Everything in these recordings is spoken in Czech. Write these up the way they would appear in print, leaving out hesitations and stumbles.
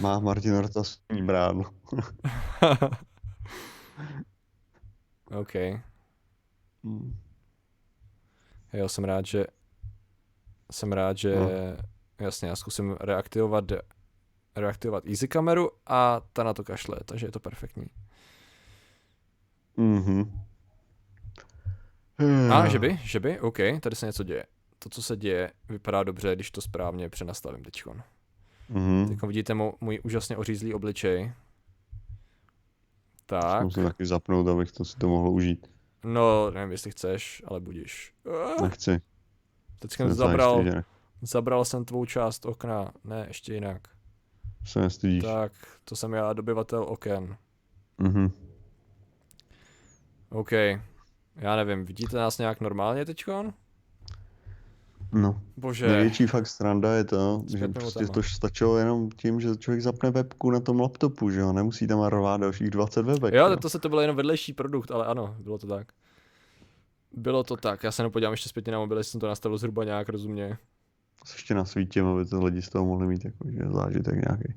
Má Martin Rota svní bránu. OK. Hmm. Jo, jsem rád, že No. jasně, já zkusím reaktivovat easy kameru a ta na to kašle, takže je to perfektní. Mhm. A že by? OK, tady se něco děje. To, co se děje, vypadá dobře, když to správně přenastavím teďkon. Mhm. Teďkon vidíte můj úžasně ořízlý obličej. Tak. Musím taky zapnout, abych to si to mohl užít. No, nevím, jestli chceš, ale budíš. Nechci. Teď jsem Nechci. zabral jsem tvou část okna. Ne, ještě jinak. Se nestydíš. Tak, to jsem já, dobyvatel oken. Mhm. OK. Já nevím, vidíte nás nějak normálně teďkon? No. Bože. Největší fakt sranda je to, že Zpět prostě to stačilo jenom tím, že člověk zapne webku na tom laptopu, že jo, nemusí tam rvát dalších 20 webek. Jo, to byl jenom vedlejší produkt, ale ano, bylo to tak. Bylo to tak, já se nepodívám ještě zpětně na mobil, jestli jsem to nastavil zhruba nějak rozumně. Se ještě nasvítím, aby to lidi z toho mohli mít jako, že zážitek nějaký.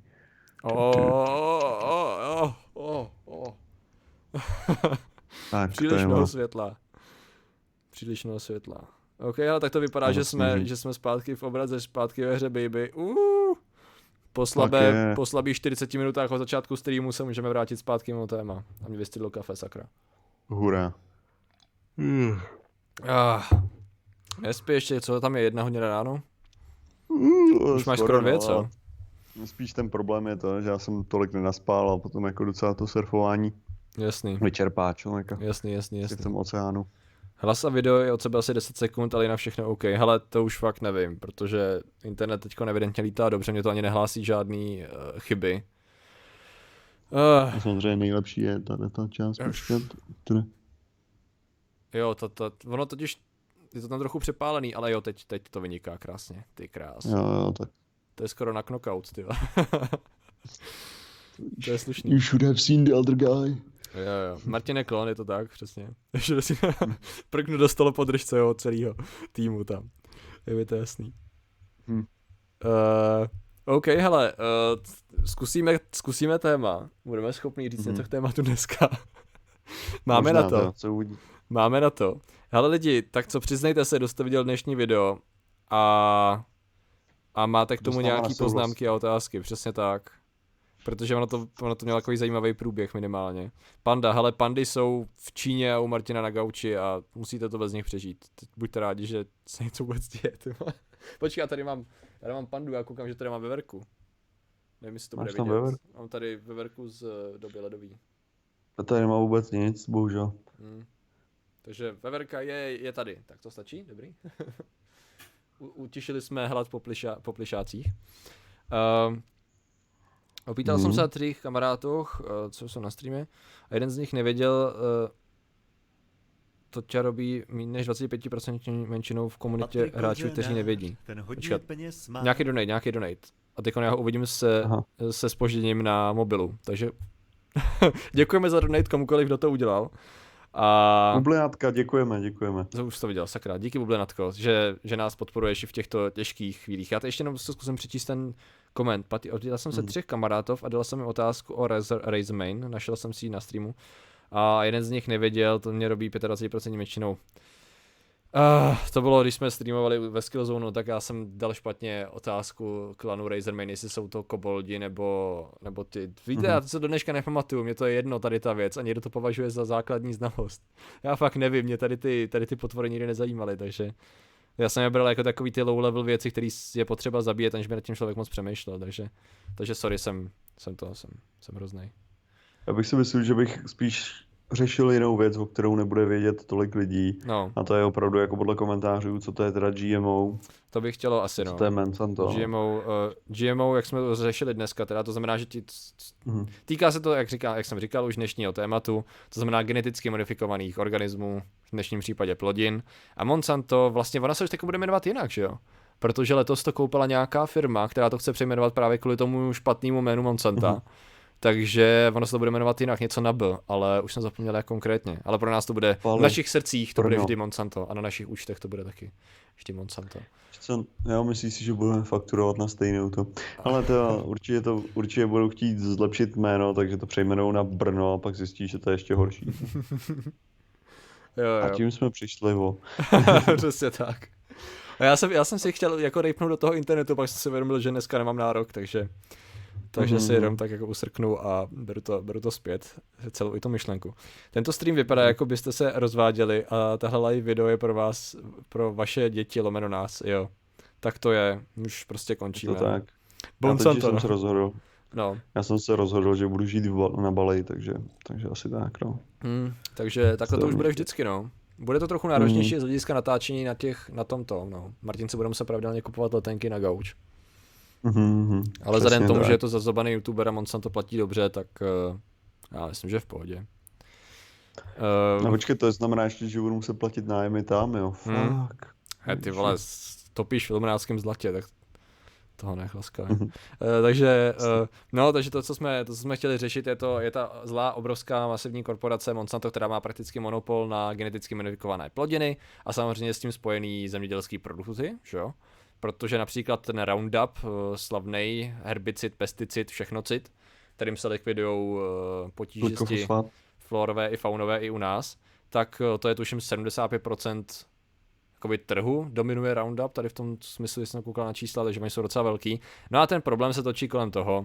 Tak, Příliš mnoho světla. OK, ale tak to vypadá, že jsme zpátky v obraze, zpátky ve hře, baby. Po slabých 40 minutách od začátku streamu se můžeme vrátit zpátky mimo téma. A mě vystydlo kafe, sakra. Hurá. Nespí ještě, co tam je 1 hodina ráno? Už máš skoro 2, co? Spíš ten problém je to, že já jsem tolik nenaspal a potom jako docela to surfování. Jasný. Vyčerpá člověka. Jasný. V tom oceánu. Hlas a video je od sebe asi 10 sekund, ale na všechno OK. Hele, to už fakt nevím, protože internet teďko evidentně lítá dobře, mě to ani nehlásí žádný chyby. Samozřejmě nejlepší je ta část počkat. Jo, ono totiž, je to tam trochu přepálený, ale jo, teď to vyniká krásně, ty krás. Jo, tak. To je skoro na knockout, ty. To je slušný. You should have seen the other guy. Jo. Martin je klon, je to tak, přesně. Že si prknu do stolu podržce jeho celého týmu tam. Je mi to jasný. OK, hele, zkusíme téma. Budeme schopni říct něco k tématu dneska. Máme na to. Hele lidi, tak co, přiznejte se, kdo jste viděl dnešní video a máte k tomu nějaký poznámky a otázky, přesně tak. Protože ono to mělo takový zajímavý průběh minimálně. Pandy jsou v Číně a u Martina na gauči a musíte to bez nich přežít. Teď buďte rádi, že se něco vůbec děje. Počkej, já tady mám pandu, já koukám, že tady mám veverku. Nevím, jestli to bude vidět. Mám tady veverku z doby ledový. A tady nemá vůbec nic, bohužel. Takže veverka je tady. Tak to stačí? Dobrý. Utišili jsme hlad po plišácích. Opýtal jsem se na 3 kamarátoch, co jsou na streamě, a jeden z nich nevěděl, to tě robí méně než 25% menšinou v komunitě hráčů, kteří nevědí. Počkat, nějaký donate. A teď já ho uvidím se zpožděním na mobilu, takže děkujeme za donate komukoliv, kdo to udělal. Bublinátka, děkujeme. To už to viděl, sakra, díky Bublinatko, že nás podporuješ i v těchto těžkých chvílích. Já to ještě jenom zkusím přečíst ten koment. Oddělal jsem se 3 kamarátov a dal jsem jim otázku o Razer Main, našel jsem si ji na streamu a jeden z nich nevěděl, to mě robí 25% většinou. To bylo, když jsme streamovali ve Skillzone, tak já jsem dal špatně otázku klanu Razer Main, jestli jsou to koboldi nebo ty. Víte, já to se do dneška nepamatuju, mě to je jedno tady ta věc a někdo to považuje za základní znalost. Já fakt nevím, mě tady ty potvory nikdy nezajímaly, takže já jsem je bral jako takový ty low level věci, který je potřeba zabíjet, aniž by nad tím člověk moc přemýšlel, takže sorry, jsem hroznej. Já bych si myslel, že bych spíš řešil jinou věc, o kterou nebude vědět tolik lidí. No. A to je opravdu jako podle komentářů, co to je teda GMO. To bych chtělo asi, co to je Monsanto. GMO, jak jsme to řešili dneska, teda to znamená, že týká se to, jak jsem říkal, už dnešního tématu, to znamená geneticky modifikovaných organismů, v dnešním případě plodin. A Monsanto, vlastně ona se už tak bude jmenovat jinak, že jo? Protože letos to koupila nějaká firma, která to chce přejmenovat právě kvůli tomu špatnému jménu Monsanta. takže ono se to bude jmenovat jinak, něco na B, ale už jsem zapomněl jak konkrétně. Ale pro nás to bude, v našich srdcích to bude vždy Monsanto a na našich účtech to bude taky vždy Monsanto. Jo, myslíš si, že budeme fakturovat na stejnou to. Ale určitě budou chtít zlepšit jméno, takže to přejmenou na Brno a pak zjistí, že to je ještě horší. Jo. A tím jsme přišli, Přesně tak. A já jsem si chtěl jako rejpnout do toho internetu, pak jsem si uvědomil, že dneska nemám nárok, takže si jenom tak jako usrknu a beru to zpět, celou i tu myšlenku. Tento stream vypadá, jako byste se rozváděli a tahle live video je pro vás, pro vaše děti lomeno nás, jo. Tak to je, už prostě končíme. To tak. Monsanto, se rozhodl. No. Já jsem se rozhodl, že budu žít na Bali, takže asi tak, no. Takže takhle to už bude vždycky, no. Bude to trochu náročnější z hlediska natáčení na tomto, no. Martin si bude muset pravidelně kupovat letenky na gauč. Ale vzhledem k tomu, že je to zazobaný youtuber a Monsanto platí dobře, tak já myslím, že v pohodě. No počkej, to znamená ještě, že budu muset platit nájmy tam, jo, fuck. Ty vole, topíš v ilumináckém zlatě, tak toho nechlaskaj. Takže to, co jsme chtěli řešit, je ta zlá, obrovská, masivní korporace Monsanto, která má prakticky monopol na geneticky modifikované plodiny a samozřejmě s tím spojený zemědělský produkty, že jo? Protože například ten Roundup, slavný herbicid, pesticid, všetnocid, kterým se likvidujou potížisti florové i faunové i u nás, tak to je tuším 75% jakoby trhu dominuje Roundup, tady v tom smyslu, že jsem koukal na čísla, takže oni jsou docela velký. No a ten problém se točí kolem toho,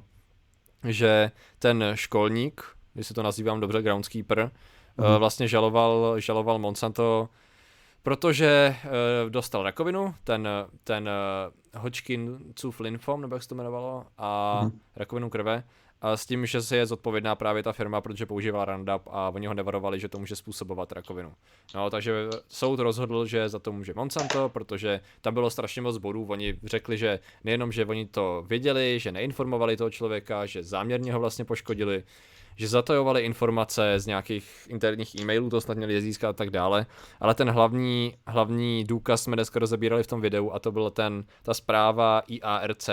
že ten školník, když se to nazývám dobře, groundskeeper, vlastně žaloval Monsanto, protože dostal rakovinu, ten Hodgkinsův lymfom, nebo jak se to jmenovalo, a rakovinu krve, a s tím, že se je zodpovědná právě ta firma, protože používala Roundup a oni ho nevarovali, že to může způsobovat rakovinu. No, takže soud rozhodl, že za to může Monsanto, protože tam bylo strašně moc bodů. Oni řekli, že nejenom, že oni to věděli, že neinformovali toho člověka, že záměrně ho vlastně poškodili, že zatajovali informace z nějakých interních e-mailů, to snad měli získat a tak dále, ale ten hlavní důkaz jsme dneska rozebírali v tom videu a to byla ta zpráva IARC,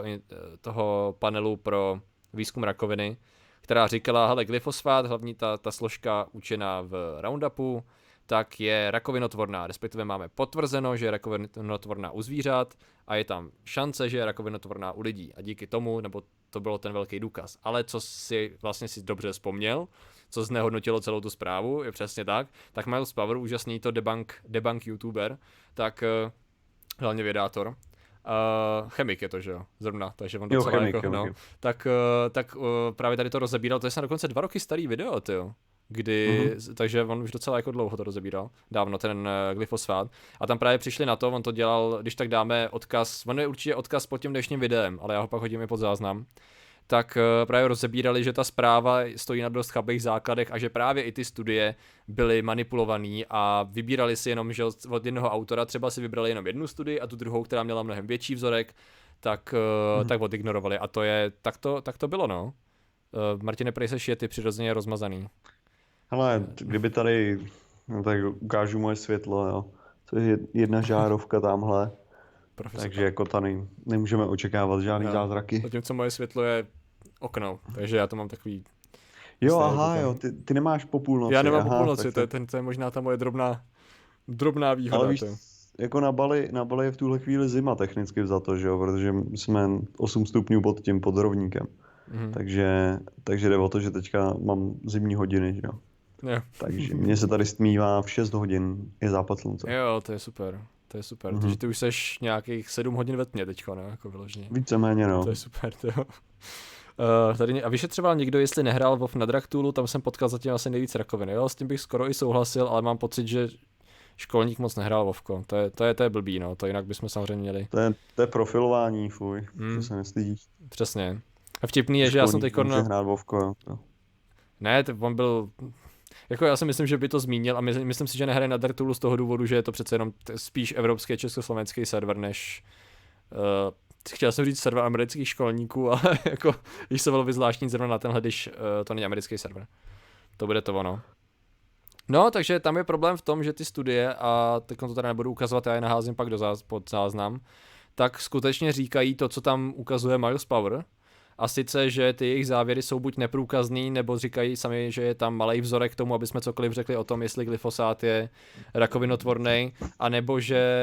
toho panelu pro výzkum rakoviny, která říkala, hele, glyfosfát, hlavní ta složka účinná v Roundupu, tak je rakovinotvorná, respektive máme potvrzeno, že je rakovinotvorná u zvířat a je tam šance, že je rakovinotvorná u lidí a díky tomu, nebo to bylo ten velký důkaz. Ale co si dobře vzpomněl, co znehodnotilo celou tu zprávu, je přesně tak Miles Power, úžasný to debunk youtuber, tak hlavně vědátor, chemik je to, že jo, zrovna, takže on docela chemik, jako, no, tak právě tady to rozebíral, to je snad dokonce 2 roky starý video, tyjo. Takže on už docela jako dlouho to rozebíral, dávno ten glyfosfát. A tam právě přišli na to, on to dělal, když tak dáme odkaz, on je určitě odkaz pod tím dnešním videem, ale já ho pak hodím i pod záznam. Tak právě rozebírali, že ta zpráva stojí na dost chabých základech a že právě i ty studie byly manipulovaný a vybírali si jenom, že od jednoho autora třeba si vybrali jenom jednu studii a tu druhou, která měla mnohem větší vzorek, tak odignorovali. A tak to bylo, no. Martine, prej seš je ty přirozeně rozmazaný. Hele, kdyby tady, no tak ukážu moje světlo, jo. To je jedna žárovka tamhle. Takže jako tady nemůžeme očekávat žádný zázraky. Zatímco moje světlo je okno, takže já to mám takový... Jo, aha, jo, ty nemáš po půlnoci. Já nemám po půlnoci, to je možná ta moje drobná výhoda. Ale víš, jako na Bali je v tuhle chvíli zima technicky vzato, že jo, protože jsme 8 stupňů pod rovníkem. Takže jde o to, že teďka mám zimní hodiny, že jo. Takže mně se tady stmívá v 6 hodin je západ slunce. Jo, to je super. Takže ty už seš nějakých 7 hodin ve tmě teďko, ne? Jako vyloženě. Víceméně, no. To je super, to jo. A vyšetřoval někdo, jestli nehrál WoW na Dragtoolu, tam jsem potkal zatím asi nejvíc rakoviny. Jo, s tím bych skoro i souhlasil, ale mám pocit, že školník moc nehrál WoWko. To je blbý, no. To jinak bychom samozřejmě měli. To je profilování, fuj. To se nestydíš. Přesně. A vtipný je, že já jsem teďko... hrát WoWko, jo. Ne, on byl... Jako já si myslím, že by to zmínil a myslím si, že nehraje na Dark Toolu z toho důvodu, že je to přece jenom spíš evropský československý server, než chtěl jsem říct server amerických školníků, ale jako když se bylo vyzvláštní zrovna na tenhle, když to není americký server. To bude to ono. No, takže tam je problém v tom, že ty studie, a teď to teda nebudu ukazovat, já je naházím pak pod záznam, tak skutečně říkají to, co tam ukazuje Miles Power. a sice, že ty jejich závěry jsou buď neprůkazný, nebo říkají sami, že je tam malej vzorek k tomu, aby jsme cokoliv řekli o tom, jestli glyfosát je rakovinotvorný, a nebo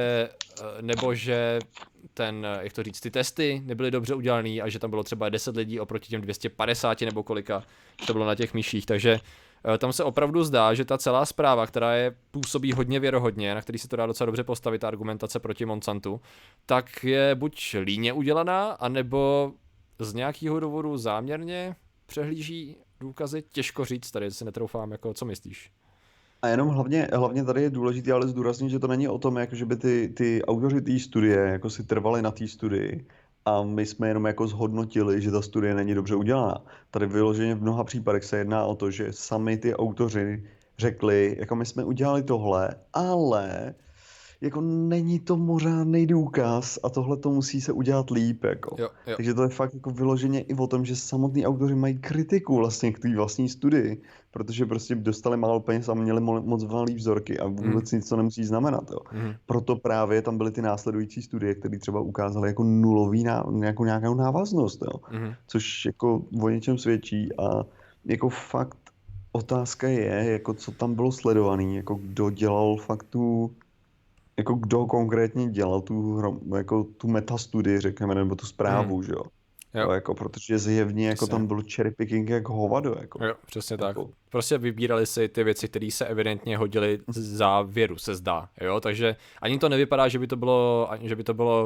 že ten, jak to říct, ty testy nebyly dobře udělaný a že tam bylo třeba 10 lidí oproti těm 250 nebo kolika to bylo na těch myších, takže tam se opravdu zdá, že ta celá zpráva, která působí hodně věrohodně, na který se to dá docela dobře postavit, ta argumentace proti Monsantu, tak je buď líně udělaná, anebo z nějakého důvodu záměrně přehlíží důkazy. Těžko říct, tady si netroufám, jako co myslíš? A jenom hlavně tady je důležité ale zdůraznit, že to není o tom, jako že by ty autoři té studie jako si trvali na té studii a my jsme jenom jako zhodnotili, že ta studie není dobře udělaná. Tady vyloženě v mnoha případech se jedná o to, že sami ty autoři řekli, jako my jsme udělali tohle, ale jako není to pořádný důkaz a tohle to musí se udělat líp, jako. Jo. Takže to je fakt jako vyloženě i o tom, že samotní autoři mají kritiku vlastně k té vlastní studii, protože prostě dostali málo peněz a měli moc malý vzorky a vůbec nic to nemusí znamenat, jo. Proto právě tam byly ty následující studie, které třeba ukázaly jako jako nějakou návaznost, jo. Což jako o něčem svědčí a jako fakt otázka je, jako co tam bylo sledovaný, jako kdo dělal fakt jako kdo konkrétně dělal tu metastudii, řekněme, nebo tu zprávu, že jo. Jako, protože zjevně jako tam byl cherry picking jako hovado. Jako. Jo, přesně tak. Prostě vybírali si ty věci, které se evidentně hodily z závěru, se zdá. Jo? Takže ani to nevypadá, že by to bylo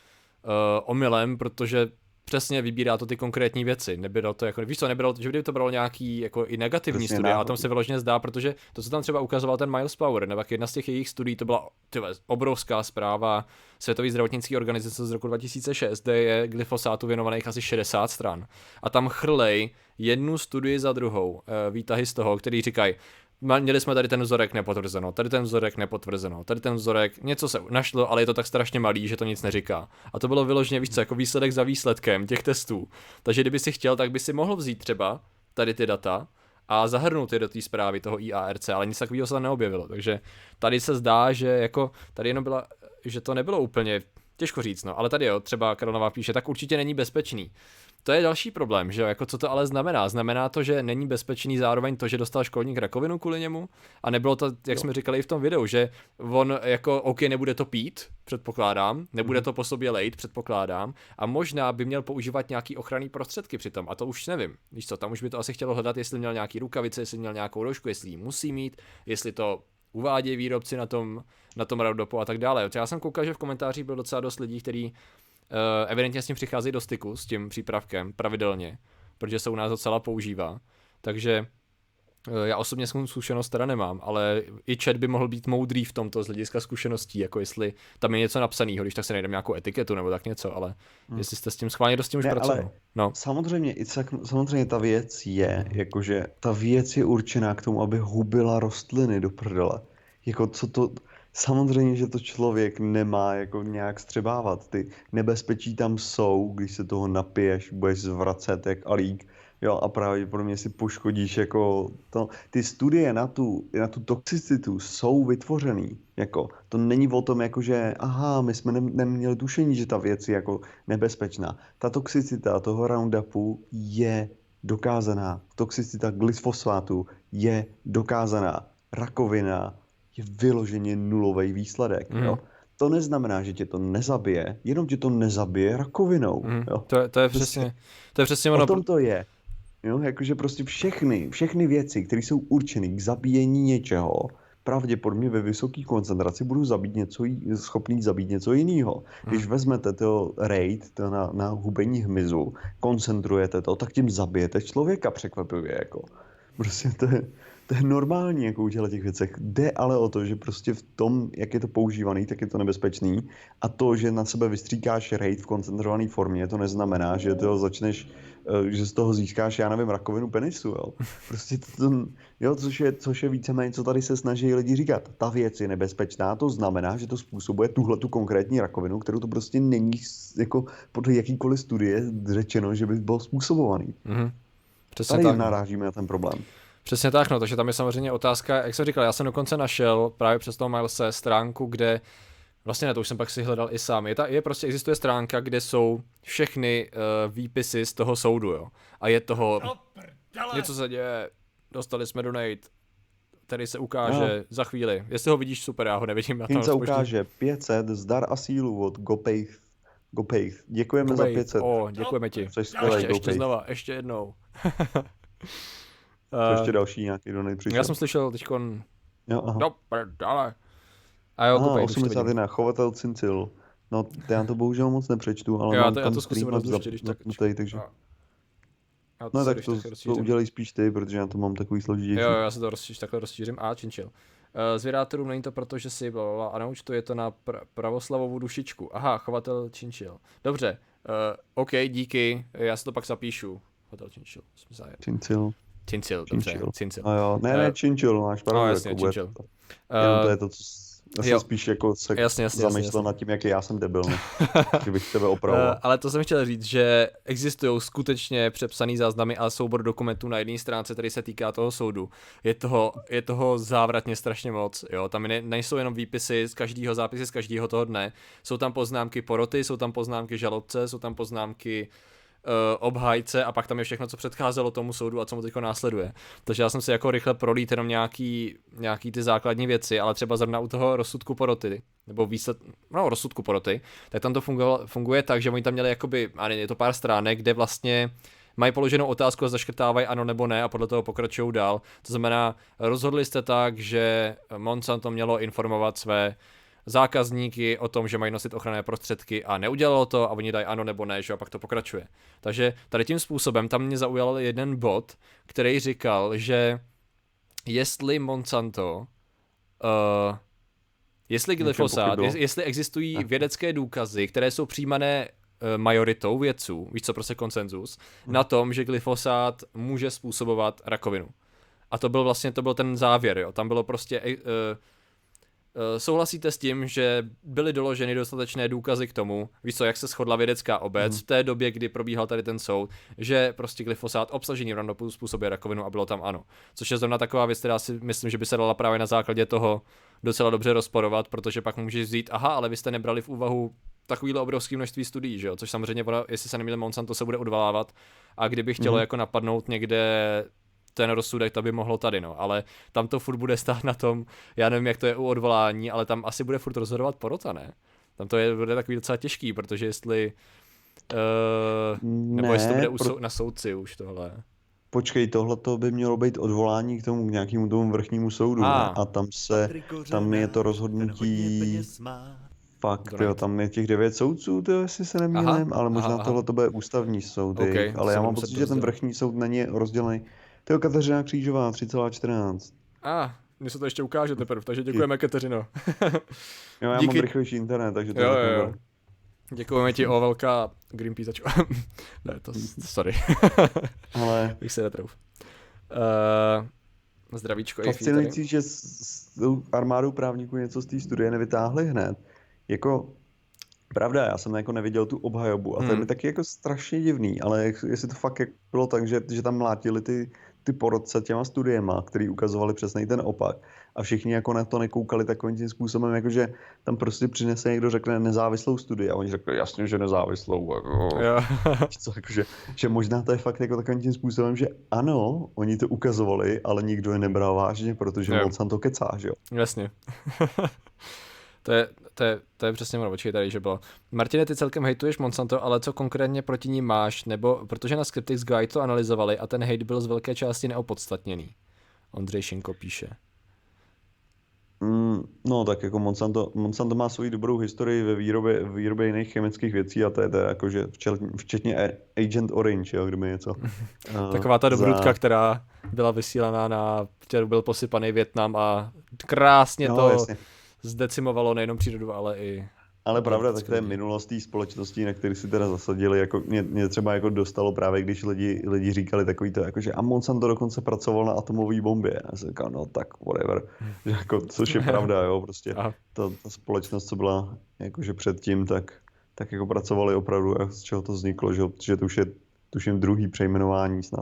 omylem, protože přesně vybírá to ty konkrétní věci. Nebylo to jako, víš co, že by to bylo nějaký jako i negativní přesně studie, a tam se vyloženě zdá, protože to, co tam třeba ukazoval ten Miles Power, nebo jedna z těch jejich studií, to byla obrovská zpráva Světové zdravotnické organizace z roku 2006, kde je glyfosátu věnovaných asi 60 stran. A tam chrlej jednu studii za druhou, výtahy z toho, který říkají, měli jsme tady ten vzorek nepotvrzeno, tady ten vzorek nepotvrzeno, tady ten vzorek, něco se našlo, ale je to tak strašně malý, že to nic neříká. A to bylo vyloženě, víš co, jako výsledek za výsledkem těch testů. Takže kdyby si chtěl, tak by si mohl vzít třeba tady ty data a zahrnout je do té zprávy toho IARC, ale nic takového se tam neobjevilo. Takže tady se zdá, že jako tady jenom že to nebylo úplně, těžko říct, no, ale tady jo, třeba Karolova píše, tak určitě není bezpečný. To je další problém, že jo, jako co to ale znamená? Znamená to, že není bezpečný zároveň to, že dostal školník rakovinu kvůli němu? A nebylo to, jak jsme říkali i v tom videu, že on jako, OK, nebude to pít, předpokládám, nebude to po sobě lejt, předpokládám, a možná by měl používat nějaký ochranný prostředky přitom, a to už nevím. Víš co, tam už by to asi chtělo hledat, jestli měl nějaký rukavice, jestli měl nějakou roušku, jestli ji musí mít, jestli to uvádějí výrobci na tom Roundupu a tak dále. Já jsem koukal, že v komentářích bylo docela dost lidí, kteří evidentně s tím přicházejí do styku, s tím přípravkem pravidelně, protože se u nás docela používá. Takže já osobně zkušenost teda nemám, ale i chat by mohl být moudrý v tomto z hlediska zkušeností, jako jestli tam je něco napsaného, když tak se najdeme nějakou etiketu nebo tak něco, ale jestli jste s tím schválně dost tím už pracoval. No. Samozřejmě ta věc je, jakože ta věc je určená k tomu, aby hubila rostliny do prdele. Jako co to... Samozřejmě, že to člověk nemá jako nějak střebávat. Ty nebezpečí tam jsou, když se toho napiješ, budeš zvracet jak alík, jo, a pravděpodobně si poškodíš jako to. Ty studie na tu toxicitu jsou vytvořený, jako to není o tom, jako že aha, my jsme neměli tušení, že ta věc je jako nebezpečná. Ta toxicita toho Roundupu je dokázaná. Toxicita glyfosátu je dokázaná. Rakovina je vyloženě nulový výsledek. Jo? To neznamená, že tě to nezabije, jenom tě to nezabije rakovinou. Jo? To je přesně ono. O tom to je. Jo? Jakože prostě všechny věci, které jsou určeny k zabíjení něčeho, pravděpodobně ve vysoké koncentraci budou schopný zabít něco jiného. Když vezmete to raid na hubení hmyzu, koncentrujete to, tak tím zabijete člověka překvapivě. Jako. Prostě to je normální jako u těch věcech. Jde ale o to, že prostě v tom, jak je to používaný, tak je to nebezpečný. A to, že na sebe vystříkáš raid v koncentrované formě, to neznamená, že že z toho získáš, já nevím, rakovinu penisu, jo. Prostě což je víceméně, co tady se snaží lidi říkat. Ta věc je nebezpečná, to znamená, že to způsobuje tu konkrétní rakovinu, kterou to prostě není jako podle jakýkoliv studie řečeno, že by byl způsobovaný. Přesně tady tak. narážíme na ten problém. Přesně tak, no, takže tam je samozřejmě otázka, jak jsem říkal, já jsem dokonce našel právě přes toho Milese stránku, kde Vlastně ne, to už jsem pak si hledal i sám. Prostě existuje stránka, kde jsou všechny výpisy z toho soudu, jo. A je toho, něco se děje, dostali jsme donate, který se ukáže za chvíli. Jestli ho vidíš, super, já ho nevidím. Tím se ukáže 500, zdar a sílu od GoPaith. Děkujeme za 500. Děkujeme ti. Ještě znova, ještě jednou. Ještě další nějaký donate přišel. Já jsem slyšel teďkon... Jo, aha. No, prdele. A jo, GoPaith. 81, chovatel Cincil. No, já to bohužel moc nepřečtu, ale mám tam stream zapnutý, takže... No tak to udělej spíš ty, protože já to mám takový složitější. Jo, já se to takhle rozšířím. Činčil. Z vědátorům není to proto, že si blablabla a naučtu je to na pravoslavovou dušičku. Aha, chovatel Činčil. Dobře, OK, díky, já si to pak zapíšu. Chovatel Činčil. Cincil, dobře, Cincil. A jo, ne, Činčil, máš pravdu. No jasně, Činčil. To je to, já jsem spíš jako se zamýšlel nad tím, jaký já jsem debil, že bych tebe opravoval. Ale to jsem chtěl říct, že existují skutečně přepsaný záznamy a soubor dokumentů na jedné stránce, který se týká toho soudu. Je toho závratně strašně moc, jo, tam nejsou jenom výpisy z každého zápisy z každého toho dne, jsou tam poznámky poroty, jsou tam poznámky žalobce, jsou tam poznámky obhájce a pak tam je všechno, co předcházelo tomu soudu a co mu teďko následuje. Takže já jsem si jako rychle prolít jenom nějaký ty základní věci, ale třeba zrovna u toho rozsudku poroty, nebo rozsudku poroty, tak tam to funguje tak, že oni tam měli jakoby, a je to pár stránek, kde vlastně mají položenou otázku a zaškrtávají ano nebo ne a podle toho pokračují dál. To znamená, rozhodli jste tak, že Monsanto mělo informovat své zákazníky o tom, že mají nosit ochranné prostředky a neudělalo to a oni dají ano nebo ne, že a pak to pokračuje. Takže tady tím způsobem tam mě zaujal jeden bod, který říkal, že jestli Monsanto, jestli glyfosát, jestli existují vědecké důkazy, které jsou přijímané majoritou vědců, víš co, prostě konsenzus, na tom, že glyfosát může způsobovat rakovinu. A to byl ten závěr, jo. Tam bylo prostě souhlasíte s tím, že byly doloženy dostatečné důkazy k tomu, víš co, jak se shodla vědecká obec v té době, kdy probíhal tady ten soud, že prostě glyfosát obsažený v Roundupu způsobuje rakovinu a bylo tam ano. Což je zrovna taková věc, která si myslím, že by se dala právě na základě toho docela dobře rozporovat, protože pak můžeš vzít, aha, ale vy jste nebrali v úvahu takovýhle obrovské množství studií, že jo, což samozřejmě, jestli se nemýlím, Monsanto se bude odvolávat a kdyby chtělo jako napadnout někde ten rozsudek, to by mohlo tady, no, ale tam to furt bude stát na tom, já nevím, jak to je u odvolání, ale tam asi bude furt rozhodovat porota, ne? Tam to bude takový docela těžký, protože jestli nebo jestli to bude na soudci už tohle. Počkej, tohle by mělo být odvolání k nějakému tomu vrchnímu soudu, a tam je to rozhodnutí fakt, jo, tam je těch 9 soudců, to jestli se nemýlím, ale možná tohle to bude ústavní soud, okay, ale já mám pocit, že ten vrchní soud není rozdělený. Tyjo, Kateřina Křížová, 3,14. Mně se to ještě ukáže teprve, takže děkujeme, Kateřino. Jo, já mám rychlejší internet, takže to jo. Děkujeme ti o velká Greenpeaceačku. Ne, sorry. Ale... bych se netrouf. Zdravíčko. Fascinující, že s armádou právníků něco z té studie nevytáhli hned. Jako... Pravda, já jsem jako neviděl tu obhajobu a to je mi taky jako strašně divný, ale jestli to fakt bylo tak, že tam mlátili ty porodce těma studiema, který ukazovali přesně ten opak a všichni jako na to nekoukali takovým tím způsobem, jakože tam prostě přinese někdo, řekne nezávislou studii a oni řekli jasně, že nezávislou. Co, jakože, že možná to je fakt jako takovým tím způsobem, že ano, oni to ukazovali, ale nikdo je nebral vážně, protože Monsanto kecá, že jo? Jasně. To je přesně ono, počkej tady, že bylo. Martine, ty celkem hejtuješ Monsanto, ale co konkrétně proti ní máš? Nebo protože na Skeptics Guide to analyzovali a ten hejt byl z velké části neopodstatněný. Ondřej Šinko píše. No tak jako Monsanto má svoji dobrou historii ve výrobě jiných chemických věcí a to je jakože včetně Agent Orange, jo, kdyby něco. Taková ta dobrutka, která byla vysílaná na, kterou byl posypaný Vietnam a krásně zdecimovalo nejenom přírodu, ale i... Ale pravda, tak to je minulost té společnosti, na který si teda zasadili, jako mě třeba jako dostalo právě, když lidi říkali takový to, jako, že a Monsanto dokonce pracoval na atomové bombě. A já jsem říkal, no tak whatever, že jako, což je pravda, jo, prostě ta společnost, co byla jakože předtím, tak jako pracovali opravdu, a z čeho to vzniklo, že to už je tuším druhý přejmenování snad.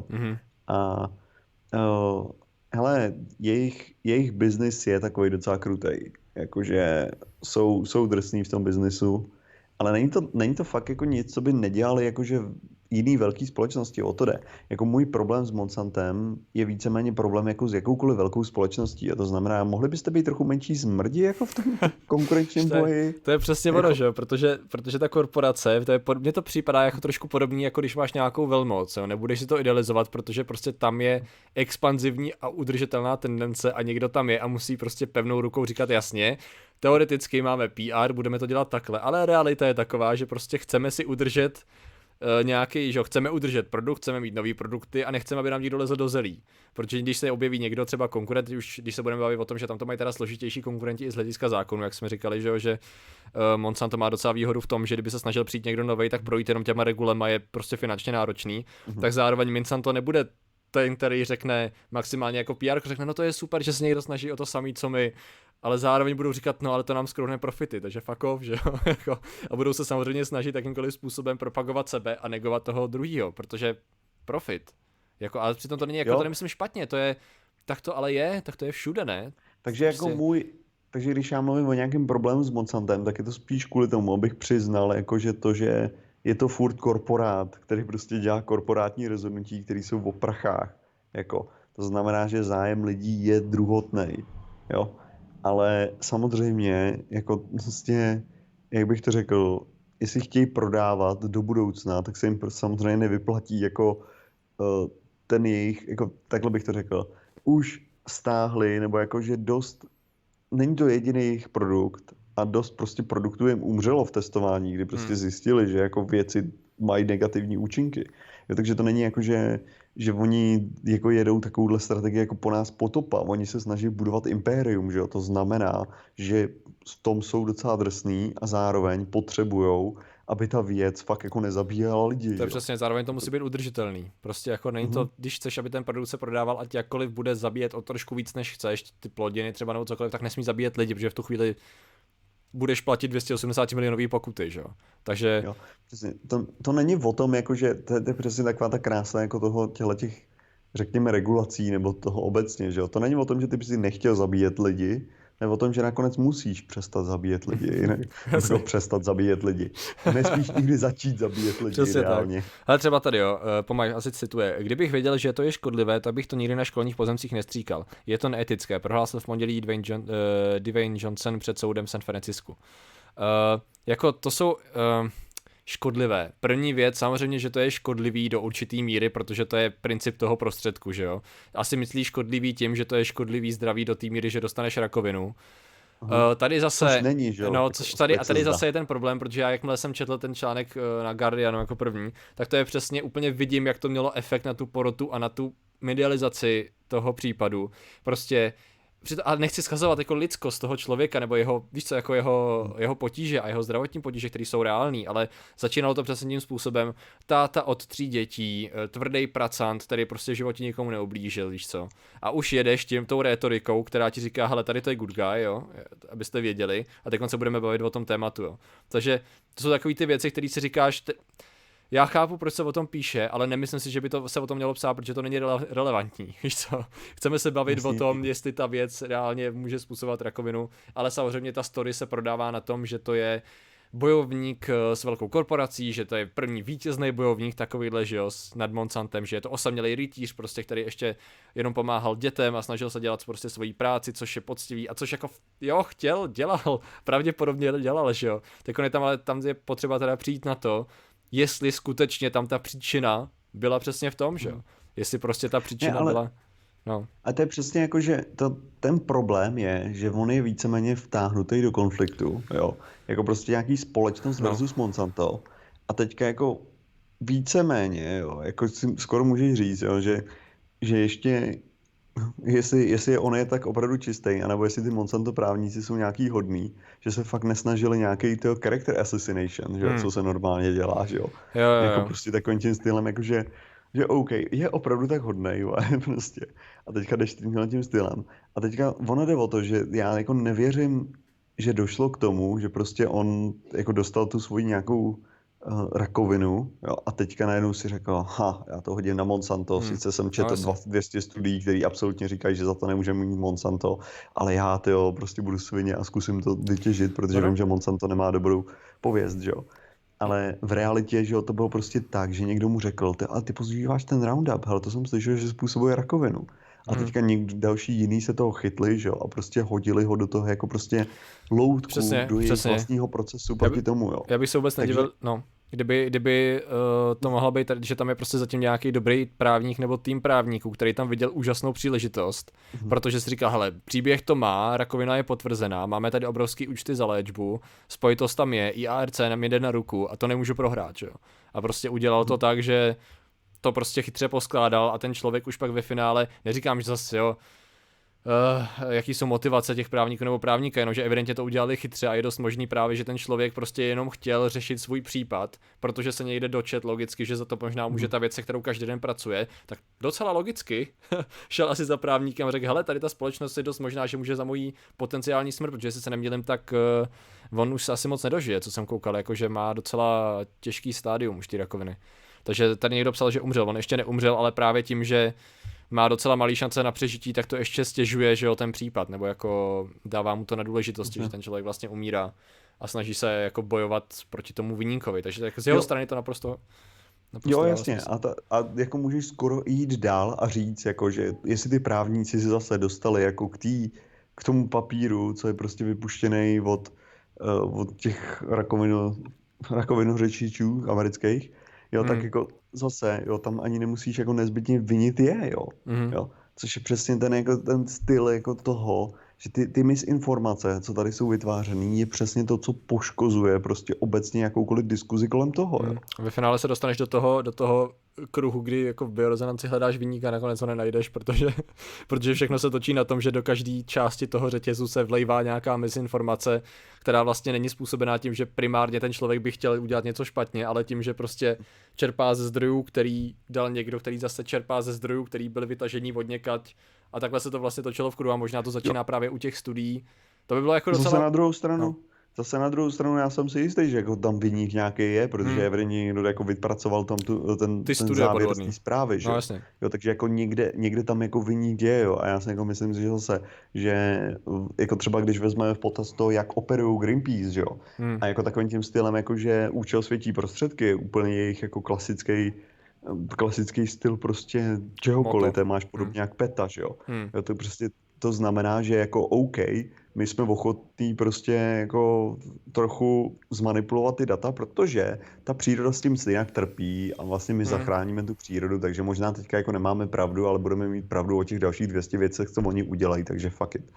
A hele, jejich biznis je takový docela krutej. jakože jsou drsný v tom biznisu, ale není to fakt jako nic, co by nedělali jakože jiný velký společnosti, o to jde. Jako můj problém s Monsantem je víceméně problém jako s jakoukoliv velkou společností. A to znamená, mohli byste být trochu menší zmrdi jako v tom konkurenčním boji? To je přesně ono, že jo, protože ta korporace, mně to připadá jako trošku podobný, jako když máš nějakou velmoc, jo? Nebudeš si to idealizovat, protože prostě tam je expanzivní a udržitelná tendence a někdo tam je a musí prostě pevnou rukou říkat jasně, teoreticky máme PR, budeme to dělat takhle, ale realita je taková, že prostě chceme si udržet nějaký, že chceme udržet produkt, chceme mít nový produkty a nechceme, aby nám někdo lezl do zelí. Protože když se objeví někdo, třeba konkurent, už když se budeme bavit o tom, že tam to mají teda složitější konkurenti i z hlediska zákonu, jak jsme říkali, že Monsanto má docela výhodu v tom, že kdyby se snažil přijít někdo nový, tak projít jenom těma regulema je prostě finančně náročný, tak zároveň Monsanto nebude ten, který řekne maximálně jako PR, řekne, no to je super, že se někdo snaží o to samý, co my, ale zároveň budou říkat, no ale to nám skrouhne profity, takže fuck off, že jo, a budou se samozřejmě snažit jakýmkoliv způsobem propagovat sebe a negovat toho druhýho, protože profit, jako, ale přitom to není, jako to nemyslím špatně, to je, tak to je všude, ne? Takže jako takže když já mluvím o nějakém problému s Monsantem, tak je to spíš kvůli tomu, abych přiznal, jako že je to furt korporát, který prostě dělá korporátní rozhodnutí, které jsou v prachách, jako, to znamená, že zájem lidí je druhotnej, jo. Ale samozřejmě, jako vlastně, jak bych to řekl, jestli chtějí prodávat do budoucna, tak se jim samozřejmě nevyplatí jako ten jejich, jako takhle bych to řekl, už stáhli, nebo jakože dost, není to jediný jejich produkt a dost prostě produktů jim umřelo v testování, kdy prostě zjistili, že jako věci mají negativní účinky. Jo, takže to není jako, že oni jako jedou takovouhle strategii jako po nás potopa. Oni se snaží budovat impérium, že jo? To znamená, že v tom jsou docela drsný a zároveň potřebujou, aby ta věc fakt jako nezabíjela lidi. To je přesně, zároveň to musí být udržitelný. Prostě jako není to, když chceš, aby ten produkt se prodával, ať jakkoliv bude zabíjet o trošku víc, než chceš, ty plodiny třeba nebo cokoliv, tak nesmí zabíjet lidi, protože v tu chvíli budeš platit 280 milionový pokuty, že jo. Takže... Jo, přesně. To není o tom, jakože to je přesně taková ta krása jako toho těch, řekněme, regulací nebo toho obecně, že jo. To není o tom, že ty bys si nechtěl zabíjet lidi, nebo o tom, že nakonec musíš přestat zabíjet lidi. Nebo přestat zabíjet lidi. Nesmíš nikdy začít zabíjet lidi. Přesně reálně. Tak. Ale třeba tady, jo, Pomáš asi cituje. Kdybych věděl, že to je škodlivé, tak bych to nikdy na školních pozemcích nestříkal. Je to neetické, prohlásil v pondělí Dwayne Johnson před soudem San Francisku. Jako to jsou... škodlivé. První věc, samozřejmě, že to je škodlivý do určitý míry, protože to je princip toho prostředku, že jo. Asi myslíš škodlivý tím, že to je škodlivý zdraví do té míry, že dostaneš rakovinu. Tady zase, což není, že jo? No, tady zase je ten problém, protože já jakmile jsem četl ten článek na Guardianu jako první, tak to je přesně, úplně vidím, jak to mělo efekt na tu porotu a na tu medializaci toho případu. Prostě ale nechci schazovat jako lidskost toho člověka, nebo jeho, víš co, jako jeho potíže a jeho zdravotní potíže, které jsou reální, ale začínalo to přesně tím způsobem, táta od 3 dětí, tvrdý pracant, který prostě v životě nikomu neublížil, víš co. A už jedeš tou rétorikou, která ti říká, hele, tady to je good guy, jo, abyste věděli, a teď se budeme bavit o tom tématu, jo. Takže to jsou takové ty věci, které si říkáš, já chápu, proč se o tom píše, ale nemyslím si, že by to se o tom mělo psát, protože to není relevantní, víš co. Chceme se bavit o tom, jestli ta věc reálně může způsobovat rakovinu, ale samozřejmě ta story se prodává na tom, že to je bojovník s velkou korporací, že to je první vítězný bojovník takovýhle, že jo, nad Monsantem, že je to osamělý rytíř, prostě, který ještě jenom pomáhal dětem a snažil se dělat prostě svoji práci, což je poctivý a což jako, jo, dělal, pravděpodobně dělal, že jo. Tak on je tam, ale tam je potřeba teda přijít na to, jestli skutečně tam ta příčina byla přesně v tom, že jo? Jestli prostě ta příčina byla... No. A to je přesně jako, že ten problém je, že on je víceméně vtáhnutý do konfliktu, jo? Jako prostě nějaký společnost versus Monsanto. A teďka jako víceméně, jo, jako si skoro můžeš říct, jo, že ještě... Jestli on je tak opravdu čistý, anebo jestli ty Monsanto právníci jsou nějaký hodný, že se fakt nesnažili nějaký to character assassination, že co se normálně dělá, že jo. Jako prostě takovým tím stylem, jakože že OK, je opravdu tak hodnej, prostě. A teďka jdeš tím stylem. A teďka ono jde o to, že já jako nevěřím, že došlo k tomu, že prostě on jako dostal tu svoji nějakou rakovinu, jo, a teďka najednou si řekl, já to hodím na Monsanto, sice jsem četl 200 studií, které absolutně říkají, že za to nemůže mít Monsanto, ale já prostě budu svině a zkusím to vytěžit, protože vím, že Monsanto nemá dobrou pověst, že jo. Ale v realitě, že jo, to bylo prostě tak, že někdo mu řekl, a ty používáš ten Roundup, hele, to jsem slyšel, že způsobuje rakovinu. A teďka někdo další jiný se toho chytli, že jo, a prostě hodili ho do toho jako prostě loutku do jejich vlastního procesu proti tomu, jo. Já bych se vůbec nedivil, no. Kdyby to mohlo být, že tam je prostě zatím nějaký dobrý právník nebo tým právníků, který tam viděl úžasnou příležitost, protože si říkal, hele, příběh to má, rakovina je potvrzená, máme tady obrovský účty za léčbu, spojitost tam je, IARC nám jde na ruku a to nemůžu prohrát, jo. A prostě udělal to tak, že to prostě chytře poskládal a ten člověk už pak ve finále, neříkám, že zase, jo, jaký jsou motivace těch právníků nebo právníka, jenomže evidentně to udělali chytře a je dost možný právě, že ten člověk prostě jenom chtěl řešit svůj případ, protože se někde dočet logicky, že za to možná může ta věc, se kterou každý den pracuje, tak docela logicky šel asi za právníkem a řekl, hele, tady ta společnost je dost možná, že může za mojí potenciální smrt, protože jestli se nemýlím, tak on už se asi moc nedožije, co jsem koukal, jakože má docela těžký stádium už ty rakoviny. Takže tady někdo psal, že umřel, on ještě neumřel, ale právě tím, že má docela malý šance na přežití, tak to ještě stěžuje, že jo, ten případ, nebo jako dává mu to na důležitosti, že ten člověk vlastně umírá a snaží se jako bojovat proti tomu viníkovi, takže tak z jeho strany to naprosto jo, jasně, a jako můžeš skoro jít dál a říct, jako, že jestli ty právníci si zase dostali jako k tomu papíru, co je prostě vypuštěný od těch rakovinořečičů amerických, jo, tak jako zase, jo, tam ani nemusíš jako nezbytně vinit jo, jo, což je přesně ten styl jako toho, že ty misinformace, co tady jsou vytvářený, je přesně to, co poškozuje prostě obecně jakoukoliv diskuzi kolem toho, jo. Ve finále se dostaneš do toho kruhu, kdy jako v biorezonanci hledáš viníka a nakonec ho nenajdeš, protože všechno se točí na tom, že do každé části toho řetězu se vlejvá nějaká misinformace, která vlastně není způsobená tím, že primárně ten člověk by chtěl udělat něco špatně, ale tím, že prostě čerpá ze zdrojů, který dal někdo, který zase čerpá ze zdrojů, který byly vytažení od někať, a takhle se to vlastně točilo v kruhu a možná to začíná právě u těch studií. To by bylo jako docela... Zase na druhou stranu já jsem si jistý, že jako tam viník nějaký je, protože evidentně někdo jako vypracoval tam ten závěr z té zprávy, že? No, jasně. Jo, takže jako někde tam jako viník je, jo, a já si jako myslím, že zase, že jako třeba když vezmeme v potaz to, jak operují Greenpeace, že jo, a jako takovým tím stylem, jako že účel světí prostředky je úplně jejich jako klasický styl prostě čehokoliv, to máš podobně jak PETA, že jo. Jo, to prostě to znamená, že jako OK, my jsme ochotní prostě jako trochu zmanipulovat ty data, protože ta příroda s tím stejně trpí a vlastně my zachráníme tu přírodu, takže možná teďka jako nemáme pravdu, ale budeme mít pravdu o těch dalších 200 věcech, co oni udělají, takže fuck it.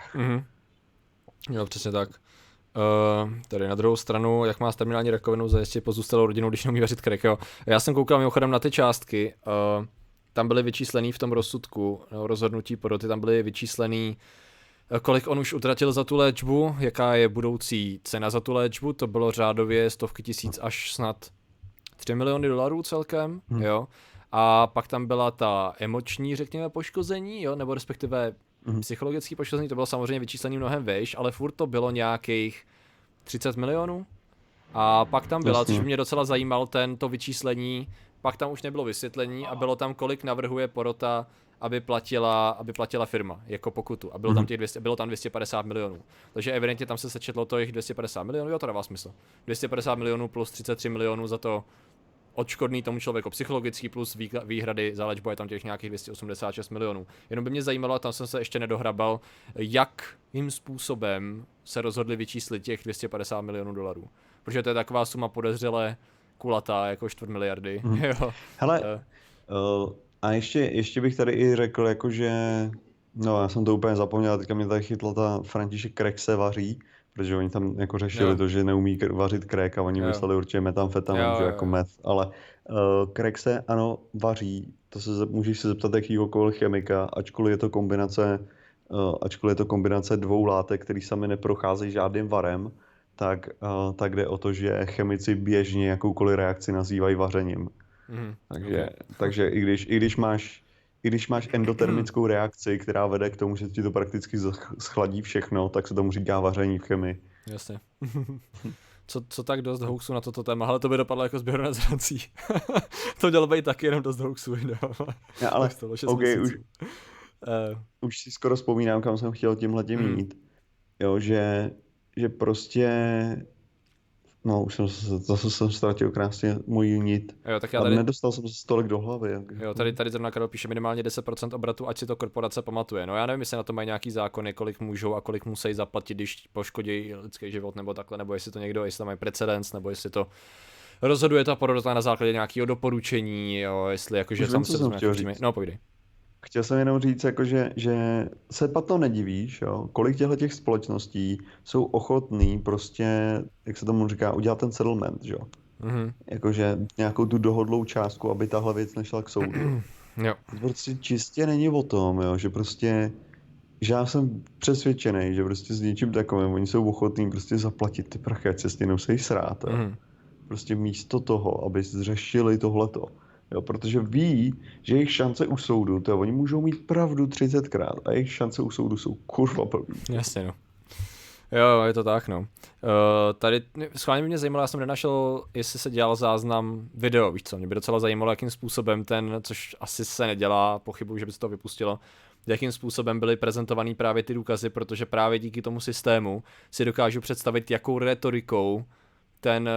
Jo, přesně tak. Tady na druhou stranu, jak má s terminální rakovinou zajistit pozůstalou rodinu, když neumí vařit krek, jo. Já jsem koukal mimochodem na ty částky, tam byly vyčíslený v tom rozsudku, rozhodnutí poroty, tam byly vyčíslený, kolik on už utratil za tu léčbu, jaká je budoucí cena za tu léčbu, to bylo řádově stovky tisíc až snad 3 miliony dolarů celkem, jo. A pak tam byla ta emoční, řekněme, poškození, jo, nebo respektive psychologické poškození, to bylo samozřejmě vyčíslený mnohem vejš, ale furt to bylo nějakých 30 milionů. A pak tam byla, což mě docela zajímalo, to vyčíslení, pak tam už nebylo vysvětlení a bylo tam, kolik navrhuje porota, aby platila firma jako pokutu. A bylo tam 250 milionů. Takže evidentně tam se sečetlo to jich 250 milionů, jo, to dává smysl. 250 milionů plus 33 milionů za to odškodný tomu člověku psychologický plus výhrady za léčbu, je tam těch nějakých 286 milionů. Jenom by mě zajímalo, a tam jsem se ještě nedohrabal, jakým způsobem se rozhodli vyčíslit těch 250 milionů dolarů. Protože to je taková suma podezřele kulatá, jako 4 miliardy. Jo. Hele, a ještě bych tady i řekl, jakože, no já jsem to úplně zapomněl, teďka mě tady chytla ta František Crack se vaří, protože oni tam jako řešili to, že neumí vařit crack a oni mysleli určitě metamfetamin, že jako meth, ale crack se ano vaří, můžeš se zeptat jakýhokoliv chemika, ačkoliv je to kombinace dvou látek, které sami neprocházejí žádným varem, tak jde o to, že chemici běžně jakoukoliv reakci nazývají vařením. Takže i když máš endotermickou reakci, která vede k tomu, že ti to prakticky schladí všechno, tak se tomu říká vaření v chemii. Jasně. co tak dost hoaxů na toto téma, ale to by dopadlo jako sběr na zrancí. To mělo být taky jenom dost hoaxů. No, ale okay, už si skoro vzpomínám, kam jsem chtěl tímhletím jít. Jo, že prostě no, už zase jsem ztratil krásně můj nit. Jo, tak já tady... nedostal jsem se tolik do hlavy. Jo, tady zrovna Karel píše minimálně 10% obratu, ať si to korporace pamatuje. No já nevím, jestli na to mají nějaký zákony, kolik můžou a kolik musí zaplatit, když poškodí lidský život nebo takhle, nebo jestli to někdo, jestli tam mají precedens, nebo jestli to rozhoduje ta porota na základě nějakého doporučení, jo, jestli jakože tam se no, povídej. Chtěl jsem jenom říct, jakože, že se pato nedivíš, jo? Kolik těch společností jsou ochotný prostě, jak se tomu říká, udělat ten settlement, jo? Jakože nějakou tu dohodlou částku, aby tahle věc nešla k soudu. Jo. Prostě čistě není o tom, jo? Že prostě, že já jsem přesvědčený, že prostě s něčím takovým oni jsou ochotní prostě zaplatit ty prachy, ať se s tím nemusí srát, jo? Prostě místo toho, aby zřešili tohleto. Jo, protože ví, že jejich šance u soudu, to oni můžou mít pravdu 30krát a jejich šance u soudu jsou kurva blbý. Jasně, no. Jo, je to tak, no. Tady schválně mě zajímalo, já jsem nenašel, jestli se dělal záznam video, víš co, mě by docela zajímalo, jakým způsobem což asi se nedělá, pochybuju, že by se to vypustilo, jakým způsobem byly prezentovaný právě ty důkazy, protože právě díky tomu systému si dokážu představit, jakou retorikou ten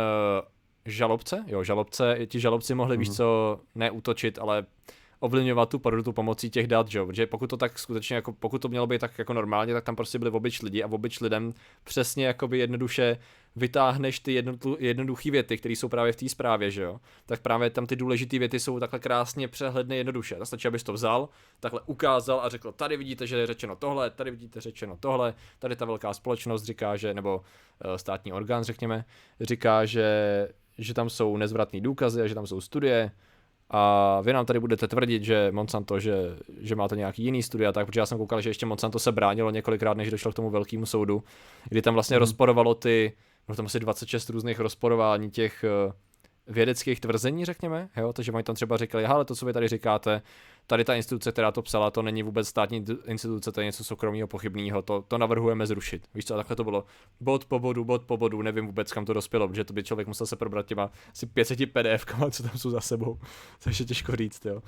ti žalobci mohli, víš co, neútočit, ale ovlivňovat tu porotu pomocí těch dat, že? Protože pokud to tak skutečně, jako, pokud to mělo být tak jako normálně, tak tam prostě byli obyč lidi a obyč lidem přesně jakoby jednoduše vytáhneš ty jednoduché věty, které jsou právě v té zprávě, že jo? Tak právě tam ty důležité věty jsou takhle krásně přehledné jednoduše. Tak stačí, abys to vzal, takhle ukázal a řekl, tady vidíte, že je řečeno tohle, tady vidíte řečeno tohle, tady ta velká společnost říká, že, nebo státní orgán, řekněme, říká, že tam jsou nezvratné důkazy a že tam jsou studie a vy nám tady budete tvrdit, že Monsanto, že máte nějaký jiný studie a tak, protože já jsem koukal, že ještě Monsanto se bránilo několikrát, než došlo k tomu velkému soudu, kdy tam vlastně rozporovalo bylo tam asi 26 různých rozporování těch vědeckých tvrzení, řekněme, jo, takže oni tam třeba říkali, ale to, co vy tady říkáte, tady ta instituce, která to psala, to není vůbec státní instituce, to je něco soukromého, pochybného, to navrhujeme zrušit. Víš co, a takhle to bylo bod po bodu, nevím vůbec, kam to dospělo, protože to by člověk musel se probrat těma asi 500 PDF-kama, co tam jsou za sebou, takže těžko říct, jo.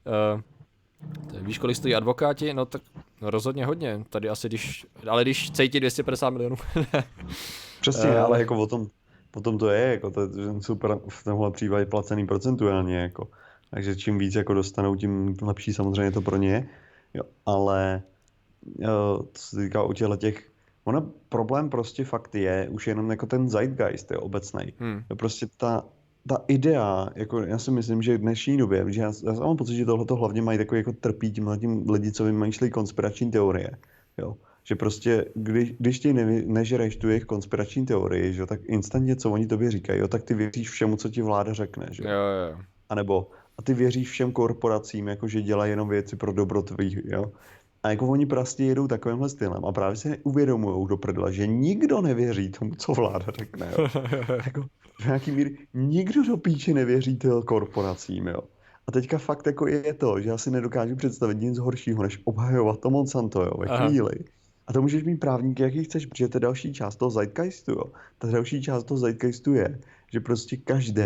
Víš, kolik stojí advokáti? No tak rozhodně hodně, tady asi když cítí 250 milionů. Přesně, ale jako potom to je, jako to je super v tomhle případě placený procentuálně, jako. Takže čím víc jako dostanou, tím lepší samozřejmě to pro ně. Jo, ale to se týká u těch, problém prostě fakt je už jenom jako ten zeitgeist, jo, obecnej. Prostě ta idea, jako já si myslím, že v dnešní době, protože já mám pocit, že tohleto hlavně mají takový jako trpí tím lidi, co vymýšlejí konspirační teorie, jo. Že prostě, když ti nežereš tu jejich konspirační teorii, že, tak instantně, co oni tobě říkají, jo, tak ty věříš všemu, co ti vláda řekne. Že? Jo. A ty věříš všem korporacím, jako, že dělají jenom věci pro dobro tvých, jo. A jako oni prostě jedou takovýmhle stylem a právě si neuvědomujou do prdla, že nikdo nevěří tomu, co vláda řekne. Jo. Jako, v nějaký míry nikdo do píči nevěří korporacím, jo. A teďka fakt jako je to, že já si nedokážu představit nic horšího, než obhajovat to Monsanto, jo, ve chvíli. A to můžeš mít právníky, jaký chceš, protože to je další část toho zeitgeistu, jo. Ta další část toho zeitgeistu je, že prostě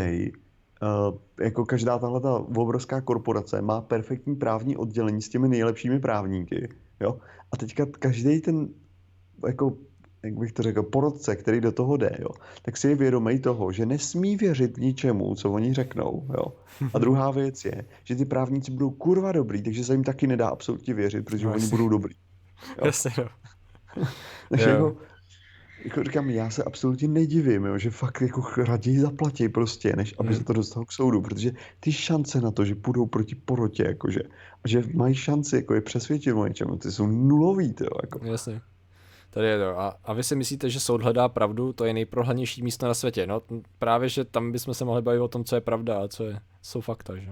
jako každá tahleta obrovská korporace má perfektní právní oddělení s těmi nejlepšími právníky, jo. A teďka každý ten, jako, jak bych to řekl, porotce, který do toho jde, jo, tak si je vědomý toho, že nesmí věřit ničemu, co oni řeknou, jo. A druhá věc je, že ty právníci budou kurva dobrý, takže se jim taky nedá absolutně věřit, protože oni budou dobrý. Jasně, no. Takže jako říkám, já se absolutně nedivím, jo, že fakt jako raději zaplatí prostě, než aby se to dostalo k soudu, protože ty šance na to, že půjdou proti porotě, jakože, a že mají šanci jako je přesvědčit o něčemu, ty jsou nulový, jo, jako. Jasně. Tady je to. A vy si myslíte, že soud hledá pravdu, to je nejprohlednější místo na světě, no právě, že tam bychom se mohli bavit o tom, co je pravda a jsou fakta, že?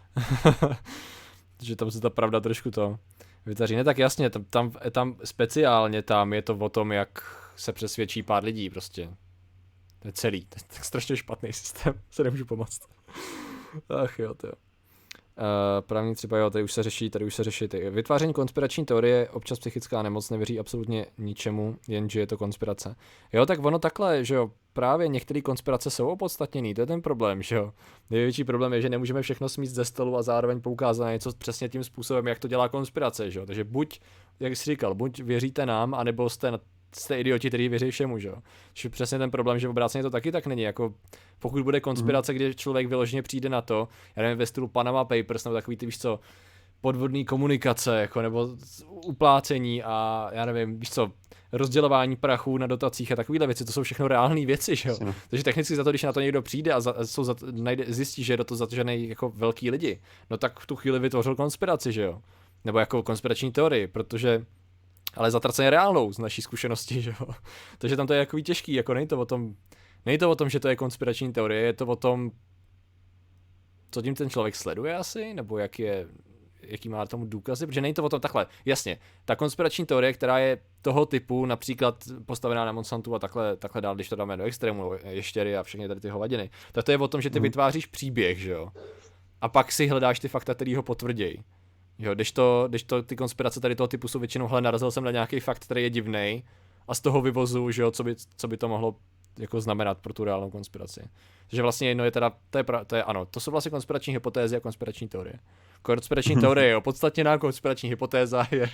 Že tam se ta pravda trošku to vytaří. Ne, tak jasně, tam speciálně tam je to o tom, jak se přesvědčí pár lidí prostě. To je celý. To je tak strašně špatný systém. Se nemůžu pomoct. Ach jo, to jo. Právní třeba, jo, tady už se řeší ty. Vytváření konspirační teorie, občas psychická nemoc, nevěří absolutně ničemu, jenže je to konspirace. Jo, tak ono takhle, že jo, právě některé konspirace jsou opodstatněný, to je ten problém, že jo. Největší problém je, že nemůžeme všechno smít ze stolu a zároveň poukázat na něco přesně tím způsobem, jak to dělá konspirace, že jo. Takže buď, jak jsi říkal, buď věříte nám, anebo jste idioti, kteří věří všemu, že jo. Což přesně ten problém, že obráceně to taky tak není, jako pokud bude konspirace, kdy člověk vyloženě přijde na to, já nevím, ve stylu Panama Papers, nebo takový ty, víš co, podvodný komunikace, jako, nebo uplácení a já nevím, víš co, rozdělování prachů na dotacích a takovéhle věci, to jsou všechno reálné věci, že jo. Takže technicky za to, když na to někdo přijde a zjistí, že je do toho zatažený jako velký lidi, no tak v tu chvíli vytvořil konspiraci, že jo. Nebo jako konspirační teorii, protože ale zatraceně reálnou z naší zkušenosti, že jo. Takže tam to je jako těžký, jako není to o tom, že to je konspirační teorie, je to o tom, co tím ten člověk sleduje asi, nebo jaký má tomu důkazy, protože není to o tom takhle, jasně, ta konspirační teorie, která je toho typu, například postavená na Monsantu a takhle dál, když to dáme do extrému, ještěry a všechny tady ty hovadiny, tak to je o tom, že ty vytváříš příběh, že jo, a pak si hledáš ty fakta, který ho potvrdějí. Jo, když to ty konspirace tady toho typu jsou většinou, narazil jsem na nějaký fakt, který je divnej a z toho vyvozu, že jo, co by to mohlo jako znamenat pro tu reálnou konspiraci. Takže vlastně jedno je teda, to je ano, to jsou vlastně konspirační hypotézy a konspirační teorie. Konspirační teorie je opodstatněná, konspirační hypotéza je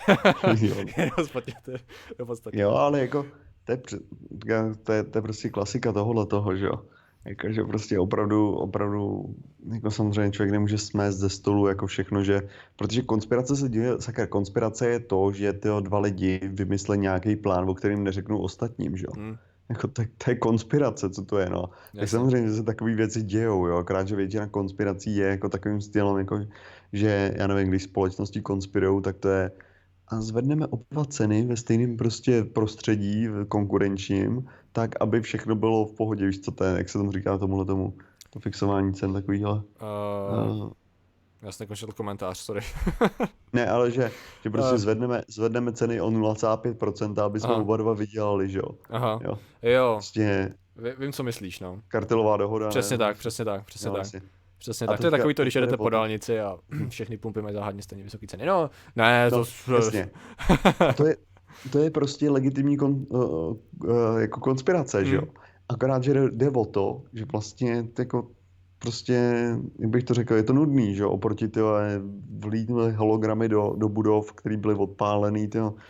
opodstatněná. Jo, ale jako to je prostě klasika toho, že jo. Jako, že prostě opravdu, jako samozřejmě člověk nemůže smést ze stolu jako všechno, že, protože konspirace se děje, konspirace je to, že tyho dva lidi vymyslí nějaký plán, o kterým neřeknou ostatním, že jo. Jako, to je konspirace, co to je, no. Tak samozřejmě, že se takové věci dějou, jo, akorát, že většina konspirací je jako takovým stylem, jako, že, já nevím, když společnosti konspirujou, tak to je a zvedneme o 2 ceny ve stejném prostě prostředí konkurenčním, tak, aby všechno bylo v pohodě, víš, co to je, jak se tomu říká tomu, to fixování cen takovýhle. Já jsem nekončil komentář, sorry. Ne, ale že prostě zvedneme ceny o 0,5%, aby jsme oba dva vydělali, že jo. Aha, jo. Prostě vím, co myslíš, no. Kartelová dohoda. Přesně tak. Přesně tak. To je takový to, když jedete po dálnici a všechny pumpy mají záhadně stejně vysoké ceny. No, ne, to... Přesně. To je prostě legitimní jako konspirace, že jo. Akorát, že jde o to, že vlastně jako prostě, jak bych to řekl, je to nudný, že jo, oproti tyhle vlítnuly hologramy do budov, které byly odpálený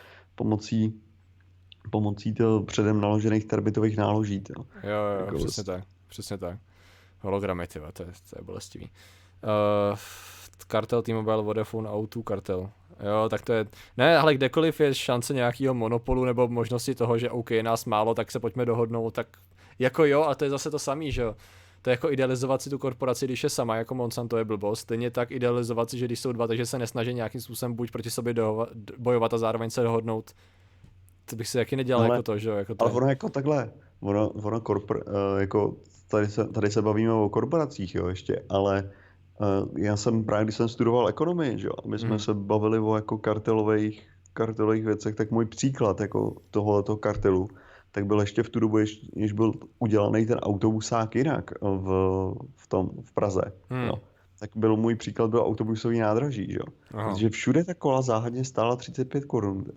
pomocí toho předem naložených termitových náloží, jo. Jo, jako přesně tak. Hologramy, tyhle, to je bolestivý. Kartel T-Mobile, Vodafone, O2 kartel. Jo, tak to je, ne, ale kdekoliv je šance nějakého monopolu nebo možnosti toho, že OK, je nás málo, tak se pojďme dohodnout, tak jako jo, a to je zase to samý, že jo. To je jako idealizovat si tu korporaci, když je sama, jako Monsanto je blbost, stejně tak idealizovat si, že když jsou dva, takže se nesnaží nějakým způsobem buď proti sobě bojovat a zároveň se dohodnout. To bych si taky nedělal jako to, že jo. Jako ale ono jako takhle, jako tady se bavíme o korporacích, jo, ještě, ale já jsem právě, když jsem studoval ekonomii, že jo, a my jsme se bavili o jako kartelových věcech, tak můj příklad jako tohoto kartelu, tak byl ještě v tu dobu, než byl udělaný ten autobusák jinak v Praze. Jo. Tak byl můj příklad, byl autobusový nádraží, že jo. Protože všude ta kola záhadně stála 35 korun.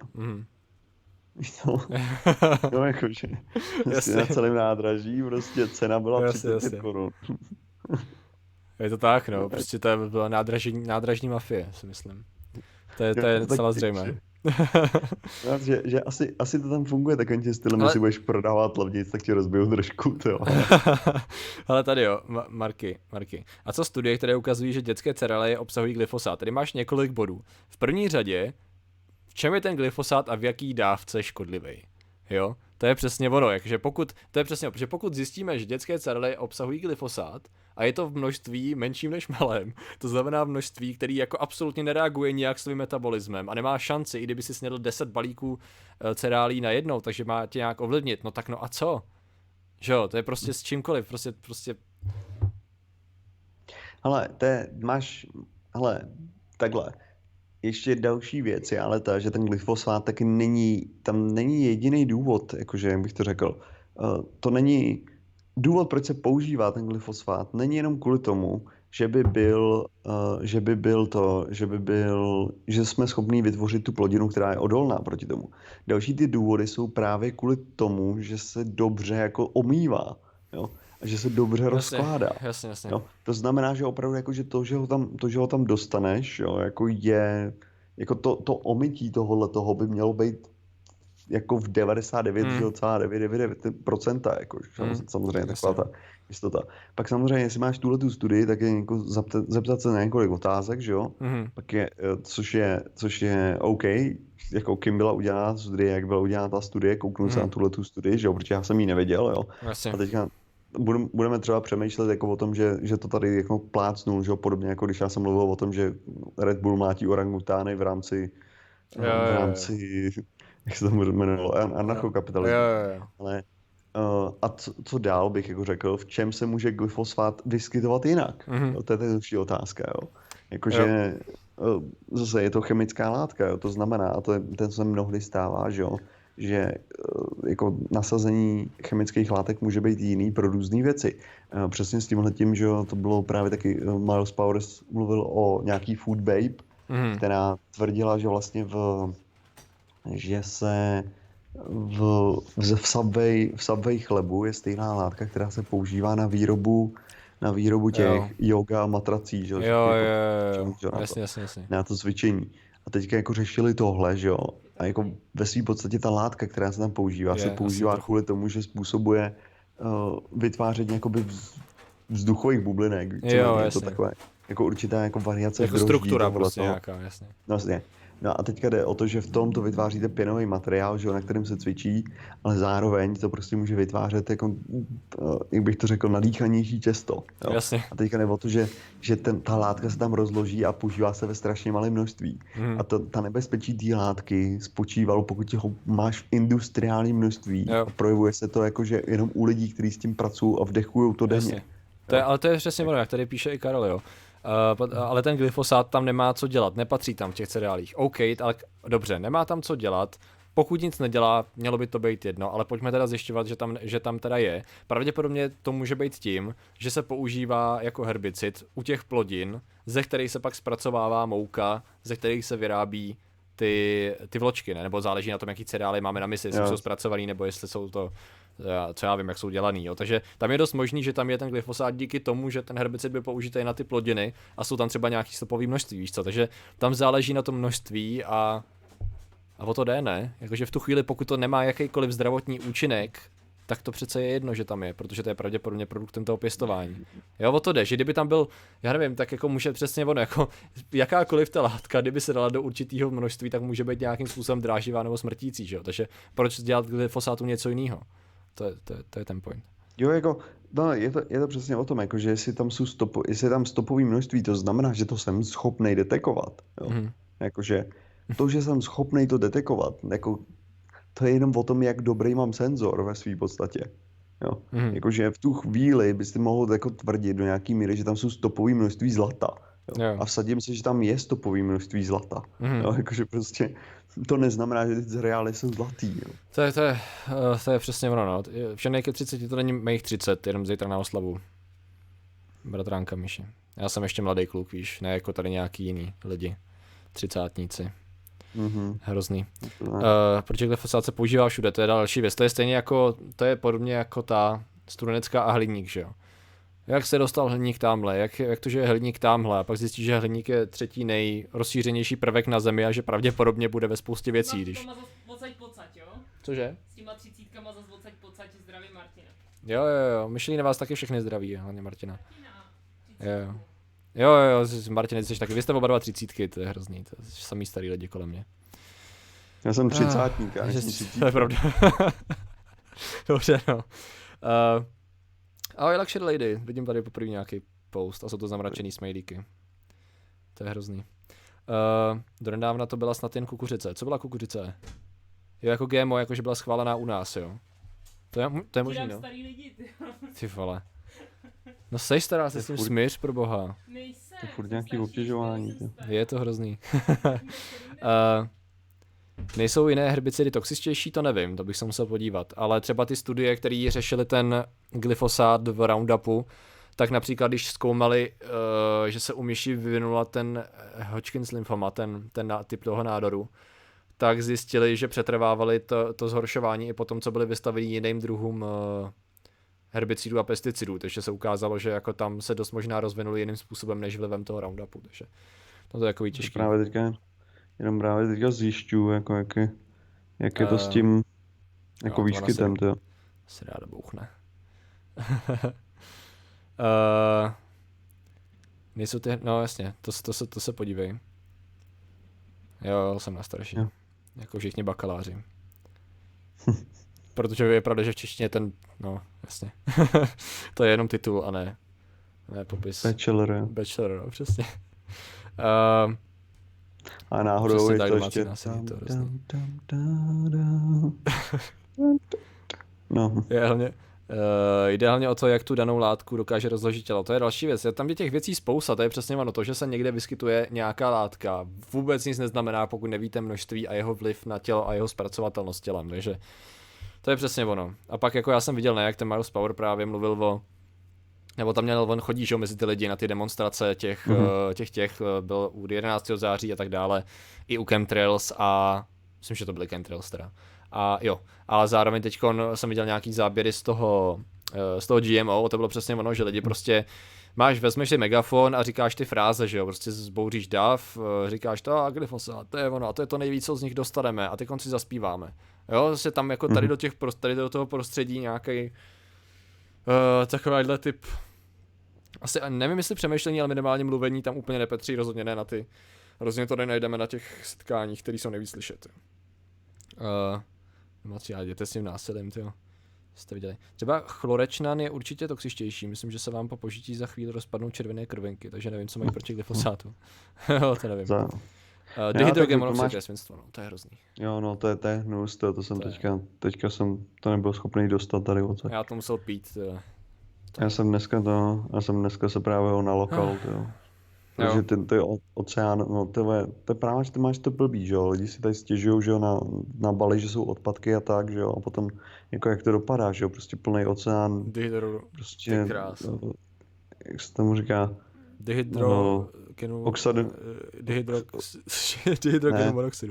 No, jakože na celém nádraží prostě cena byla 35 korun. Je to tak, no, prostě to byla nádražní mafie, si myslím. To je docela zřejmé. že asi to tam funguje takovým tím stylem, že si budeš prodávat levnic, tak ti rozbijou trošku, jo. Ale tady jo, Marky. A co studie, které ukazují, že dětské cereálie obsahují glyfosát? Tady máš několik bodů. V první řadě, v čem je ten glyfosát a v jaký dávce škodlivý? Jo? To je přesně ono, protože pokud zjistíme, že dětské cereálie obsahují glyfosát a je to v množství menším než malém, to znamená v množství, který jako absolutně nereaguje nijak svým metabolismem a nemá šanci, i kdyby si snědl 10 balíků cereálí najednou, takže má tě nějak ovlivnit, no tak no a co? Že jo, to je prostě s čímkoliv, prostě... Takhle. Ještě další věc je ale ta, že ten glyfosát taky tam není jediný důvod, jakože, jak bych to řekl, to není důvod, proč se používá ten glyfosát, není jenom kvůli tomu, že jsme schopni vytvořit tu plodinu, která je odolná proti tomu. Další ty důvody jsou právě kvůli tomu, že se dobře jako omývá, jo? A že se dobře rozkládá. Jasně. Jo? To znamená, že opravdu jako, že to, že ho tam dostaneš, jo, jako je, jako to omytí toho by mělo být jako v 99,999%, jako, samozřejmě taková ta jistota. Pak samozřejmě, jestli máš tuhletu studii, tak je jako zeptat se na několik otázek, že jo? Pak je, což je OK, jako kým byla udělána studie, jak byla udělána ta studie, kouknout se na tuhletu studii, že jo? Protože já jsem ji nevěděl, jo? Jasně. A teďka budeme třeba přemýšlet jako o tom, že to tady jako plácnul, že jo? Podobně jako když já jsem mluvil o tom, že Red Bull mlátí orangutány v rámci jak se to jmenovalo, anarchokapitalismu. Ale a co dál bych jako řekl, v čem se může glyfosát vyskytovat jinak? To je další otázka, jo. Jakože zase je to chemická látka, jo. To znamená, a ten se mnohdy stává, že jo, že jako nasazení chemických látek může být jiný pro různé věci. Přesně s tímhletím, že jo, to bylo právě taky, Miles Powers mluvil o nějaký food babe, která tvrdila, že vlastně že se v Subway chlebu je stejná látka, která se používá na výrobu těch yoga matrací, že jo. Jasně. Na to cvičení. A teďka jako řešili tohle, že jo. A jako ve své podstatě ta látka, která se tam používá, se používá kvůli tomu, že způsobuje vytváření jakoby vzduchových bublinek. Je to takové jako určitá jako variace jako struktura prostě nějaká, jasně. Vlastně. No a teďka jde o to, že v tom to vytváříte pěnový materiál, že jo, na kterém se cvičí, ale zároveň to prostě může vytvářet jako, jak bych to řekl, nadýchanější těsto. Jo? Jasně. A teďka jde o to, že ta látka se tam rozloží a používá se ve strašně malém množství. A ta nebezpečí té látky spočívalo, pokud ho máš v industriálním množství, a projevuje se to jako, že jenom u lidí, kteří s tím pracují a vdechují to denně. Ale to je přesně ono, jak tady píše i Karel, jo. Ale ten glyfosát tam nemá co dělat, nepatří tam v těch cereálích. OK, ale dobře, nemá tam co dělat, pokud nic nedělá, mělo by to být jedno, ale pojďme teda zjišťovat, že tam teda je. Pravděpodobně to může být tím, že se používá jako herbicid u těch plodin, ze kterých se pak zpracovává mouka, ze kterých se vyrábí ty vločky, ne? Nebo záleží na tom, jaký cereály máme na mysli, jestli jsou zpracovaný, nebo jestli jsou to, co já vím, jak jsou dělaný, jo. Takže tam je dost možný, že tam je ten glyfosát díky tomu, že ten herbicid byl použitý na ty plodiny a jsou tam třeba nějaký stopový množství, víš co, takže tam záleží na tom množství a o to jde, ne? Jakože v tu chvíli, pokud to nemá jakýkoliv zdravotní účinek, tak to přece je jedno, že tam je, protože to je pravděpodobně produktem toho pěstování. Jo, o to jde, že kdyby tam byl, já nevím, tak jako může přesně ono, jako jakákoliv ta látka, kdyby se dala do určitého množství, tak může být nějakým způsobem dráživá nebo smrtící, že jo? Takže proč dělat glyfosátu něco jiného? To je ten point. Jo, jako, no, je to přesně o tom, jako, že jestli je tam stopový množství, to znamená, že to jsem schopnej detekovat. Jo? Jakože to, že jsem schopnej to detekovat, jako, to je jenom o tom, jak dobrý mám senzor ve své podstatě. Jo? Jakože v tu chvíli byste mohl jako tvrdit do nějaký míry, že tam jsou stopový množství zlata. Jo? A vsadím se, že tam je stopový množství zlata. Jo? Jakože prostě to neznamená, že ty cereály jsou zlatý. Jo? To je přesně ono. No. Všem ke 30, to není mých 30, jenom zítra na oslavu. Bratránka Myši. Já jsem ještě mladý kluk, víš, ne jako tady nějaký jiný lidi. 30tníci. Hrozný. Protože glyfosát se používá všude, to je další věc. To je stejně jako, to je podobně jako ta studenecká a hliník, že jo. Jak se dostal hliník tamhle, jak to, že je hliník tamhle a pak zjistíš, že hliník je třetí nejrozšířenější prvek na Zemi a že pravděpodobně bude ve spoustě věcí, když... Jo? Cože? S těma 30 zas pocať zdraví Martina. Jo, myšlí na vás taky všechny zdraví, hlavně Martina. Jo, Martin, jsi taky, vy jste oba dva 30, to je hrozný, to jsou samý starý lidi kolem mě. Já jsem 30tník, to je pravda. Dobře, no. Ahoj Luxury Lady, vidím tady poprvé nějaký post a jsou to zamračený smajlíky. To je hrozný. Donedávna to byla snad jen kukuřice. Co byla kukuřice? Jo, jako GMO, jakože byla schválená u nás, jo. To je možný, no. Starý lidi, ty vole. No seš stará, se s tím smíř, pro boha. To je furt nějaký obtěžování. Je to hrozný. Nejsou jiné herbicidy toxičtější, to nevím, to bych se musel podívat, ale třeba ty studie, které řešily ten glyfosát v Roundupu, tak například když zkoumali, že se u myší vyvinula ten Hodgkin's lymphoma, ten typ toho nádoru, tak zjistili, že přetrvávali to zhoršování i potom, co byly vystaveni jiným druhům herbicidů a pesticidů, takže se ukázalo, že jako tam se dost možná rozvinuli jiným způsobem než vlivem toho Roundupu, takže to je takový těžký. Právě teďka zjišťuju, jako jak je to s tím jako výskytem. Se ráda bouchne. Nejsou ty, no jasně, to se podívej. Jo, jsem na starší. Jo. Jako všichni bakaláři. Protože je pravda, že v češtině no jasně. To je jenom titul a ne popis. Bachelor, no, přesně. A náhodou je to ještě... No. Jde hlavně o to, jak tu danou látku dokáže rozložit tělo. To je další věc. Tam je těch věcí spousta, to je přesně ono. To, že se někde vyskytuje nějaká látka, vůbec nic neznamená, pokud nevíte množství a jeho vliv na tělo a jeho zpracovatelnost tělem. Takže to je přesně ono. A pak jako já jsem viděl, jak ten Miles Power právě mluvil nebo tam on chodí, že mezi ty lidi na ty demonstrace těch byl u 11. září a tak dále, i u chemtrails a myslím, že to byly chemtrails teda. A jo, ale zároveň teď jsem viděl nějaký záběry z toho GMO, to bylo přesně ono, že lidi prostě vezmeš si megafon a říkáš ty fráze, že jo, prostě zbouříš dav, říkáš to a glyfosát, to je ono, a to je to nejvíc, co z nich dostaneme a ty konci zaspíváme. Jo, prostě tam jako tady do toho prostředí nějaký takovýhle typ, asi nevím, jestli přemýšlení, ale minimálně mluvení tam úplně nepatří, rozhodně ne na ty, rozhodně to nenajdeme na těch setkáních, které jsou nejvíc slyšet. A jděte s tím násilím, tyjo. Jste viděli. Třeba chlorečnan je určitě toxičtější, myslím, že se vám po požití za chvíli rozpadnou červené krvinky, takže nevím, co mají proti glyfosátu. Jo, to nevím. Dihydrogenmonoxid je svinstvo, no, to je hrozný. Jo, no, to je hnus, to jsem teďka jsem to nebyl schopný dostat tady odsud. Já to musel pít. Já jsem dneska se právě ho nalokal, tyjo. Takže to je oceán, no to je právě, že ty máš to blbý, že jo, lidi si tady stěžují, že jo, na Bali, že jsou odpadky a tak, že jo, a potom jako jak to dopadá, že jo, prostě plný oceán, prostě, jak se tomu říká, dihydrogenomonoxidu.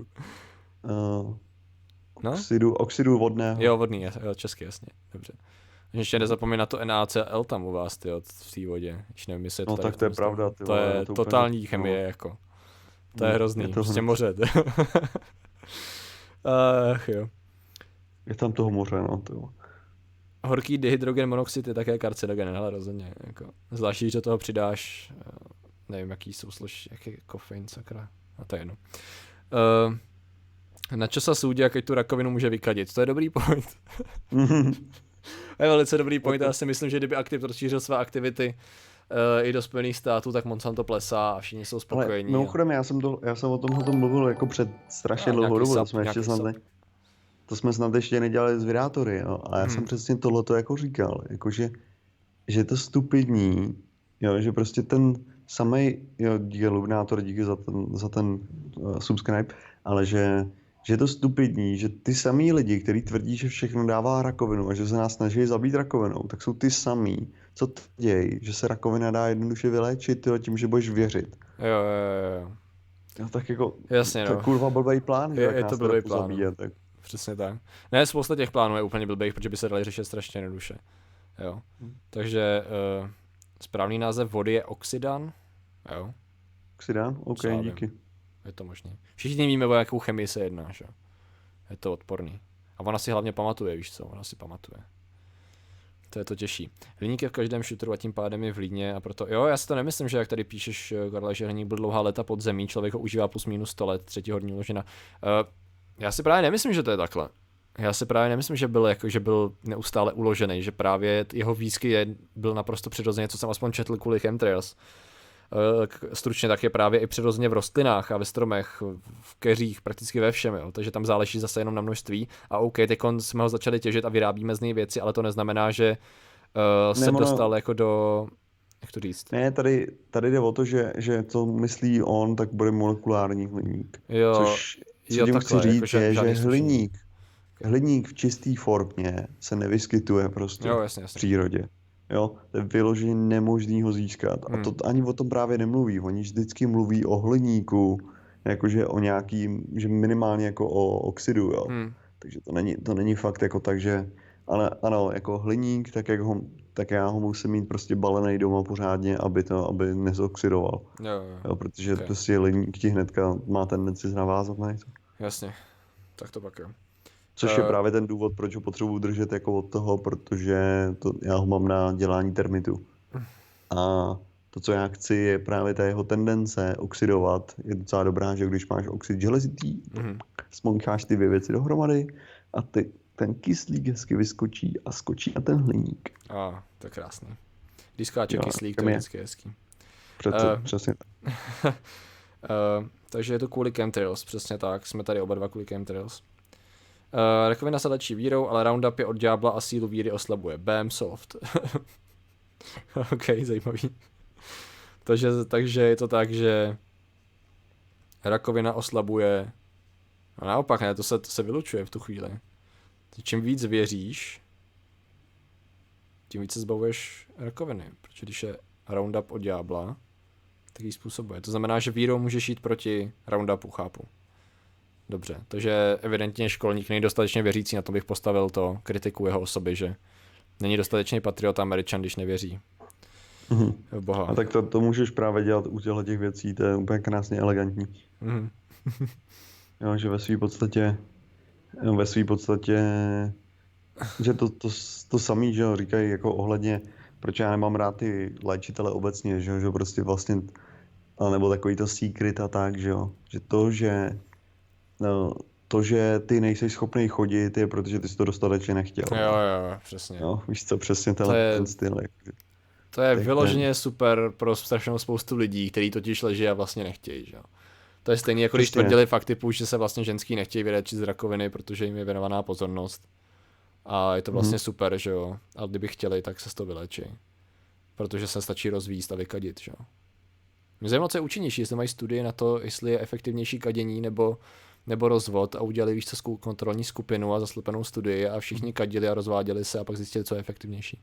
Oxidu vodného. Jo, vodný, jo, česky, jasně, dobře. Ještě nezapomeň na to NaCl tam u vás, tyjo, v té vodě, když nevím, jestli je to no, tak to je pravda, to je totální chemie, jako. To je hrozný, je to prostě moře. Jo. Je tam toho moře, no, tyjo. Horký dihydrogenmonoxid je také karcinogen, ale rozhodně, jako. Zvlášť, když do toho přidáš, nevím, jaký jaký kofein, sakra, a to je jedno. Na čo sa súdia, keď tu rakovinu může vykadit, to je dobrý point. Je velice dobrý point, já si myslím, že kdyby Aktiv rozšířil své aktivity i do Spojených států, tak Monsanto plesá a všichni jsou spokojení. Ale mimochodem, já jsem o tomhle mluvil jako před strašně dlouhou dobu, to jsme snad ještě nedělali s virátory, jo, a já jsem přesně tohleto jako říkal, jakože, že je to stupidní, jo, že prostě ten samej, jo, díky Luminátor, díky za ten subscribe, ale že je to stupidní, že ty samý lidi, kteří tvrdí, že všechno dává rakovinu a že se nás snaží zabít rakovinou, tak jsou ty samý, co tvrdí, že se rakovina dá jednoduše vyléčit, jo, tím, že budeš věřit. Jo. No tak jako, jasně, to je kurva blbej plán, že je to blbej plán. Zabíjet, tak. Přesně tak. Ne, spousta těch plánů je úplně blbejch, protože by se dali řešit strašně jednoduše. Jo. Takže správný název vody je oxidan. Jo. Oxidan? OK, díky. Je to možný. Všichni víme, o jakou chemii se jedná, že? Je to odporný. A ona si hlavně pamatuje, víš co? Ona si pamatuje. To je to těžší. Hliník je v každém šuteru a tím pádem je v hlíně a proto... Jo, já si to nemyslím, že jak tady píšeš, Karle, že hliník byl dlouhá léta pod zemí, člověk ho užívá plus minus 100 let, třetí horní ložina. Já si právě nemyslím, že to je takhle. Já si právě nemyslím, že byl neustále uložený, že právě jeho výskyt byl naprosto přirozeně, co jsem aspoň četl kvůli chemtrails. Stručně tak je právě i přirozeně v rostlinách a ve stromech, v keřích, prakticky ve všem, jo. Takže tam záleží zase jenom na množství a OK, teď jsme ho začali těžit a vyrábíme z něj věci, ale to neznamená, že se dostal jako do, jak to říct? Ne, tady jde o to, že co myslí on, tak bude molekulární hliník. Jo, což tím chci říct, je, že hliník v čistý formě se nevyskytuje prostě jasně. v přírodě. Jo, to je vyloženě nemožný ho získat. A to ani o tom právě nemluví. Oni vždycky mluví o hliníku, jakože o nějakým, že minimálně jako o oxidu, jo. Takže to není fakt jako tak, že, ale ano, jako hliník, tak já ho musím mít prostě balený doma pořádně, aby nezoxidoval. Jo, protože okay. prostě hliník ti hnedka má tendenci navázat na něco. Jasně, tak to pak jo. Což je právě ten důvod, proč ho potřebuji držet jako od toho, protože já ho mám na dělání termitu. A to, co já chci, je právě ta jeho tendence oxidovat. Je docela dobrá, že když máš oxid železitý, smoncháš ty dvě věci dohromady a ten kyslík hezky vyskočí a skočí na ten hliník. To je krásný. Když skáče kyslík, to je vždycky hezký. Přesně tak. Takže je to kvůli chemtrails, přesně tak. Jsme tady oba dva kvůli chemtrails. Rakovina se léčí vírou, ale Roundup je od ďábla a sílu víry oslabuje. Bam, soft. OK, zajímavý. Takže je to tak, že rakovina oslabuje, a naopak ne, to se vylučuje v tu chvíli. Čím víc věříš, tím víc se zbavuješ rakoviny, protože když je Roundup od ďábla, tak ji způsobuje. To znamená, že vírou můžeš jít proti Roundupu, chápu. Dobře, takže evidentně školník není dostatečně věřící, na to bych postavil to kritiku jeho osoby, že není dostatečný patriot Američan, když nevěří. V Boha. A tak to můžeš právě dělat u těch věcí, to je úplně krásně elegantní. Jo, že ve své podstatě, že to samý, že jo, říkají jako ohledně, proč já nemám rád ty léčitele obecně, že prostě vlastně, nebo takový to secret a tak, že jo, že to, že ty nejseš schopný chodit, je protože ty jsi to dostatečně nechtěl. Jo, přesně. Jo, víš co, přesně ten styl. To je vyloženě super pro strašnou spoustu lidí, kteří totiž leží a vlastně nechtějí, že jo. To je stejný, jako když tvrdili fakt typu, že se vlastně ženský nechtějí vylečit z rakoviny, protože jim je věnovaná pozornost. A je to vlastně super, že jo. A kdyby chtěli, tak se z toho vylečí. Protože se stačí rozvíst a vykadit, že jo. Mě zajímalo, co je účinnější, jestli mají studie na to, jestli je efektivnější kadění nebo rozvod a udělali víc kontrolní skupinu a zaslepenou studii a všichni kadili a rozváděli se a pak zjistili, co je efektivnější.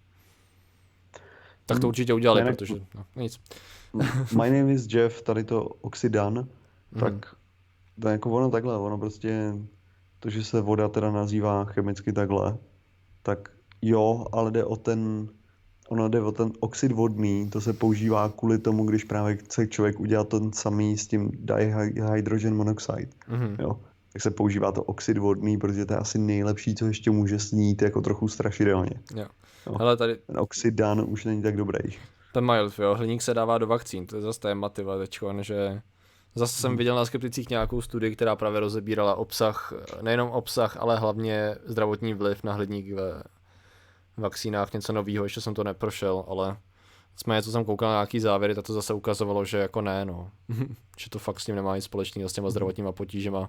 Tak to určitě udělali, protože nic. My name is Jeff, tady to Oxidan, tak to je jako ono prostě, to, že se voda teda nazývá chemicky takhle, tak jo, ale jde o ten oxid vodný, to se používá kvůli tomu, když právě chce člověk udělat ten samý s tím dihydrogen monoxide, jo. Tak se používá to oxid vodný, protože to je asi nejlepší, co ještě může snít jako trochu strašidelně. Jo. Hele, tady... Ten oxidan už není tak dobrý. Ten mild, jo, hliník se dává do vakcín, to je zase téma, že zase jsem viděl na Skepticích nějakou studii, která právě rozebírala nejenom obsah, ale hlavně zdravotní vliv na hliník ve vakcínách, něco novýho, ještě jsem to neprošel, ale nicméně, co jsem koukal na nějaký závěry, tak to zase ukazovalo, že jako ne, no. Že to fakt s tím nemá nic společného s těma zdravotníma potížema.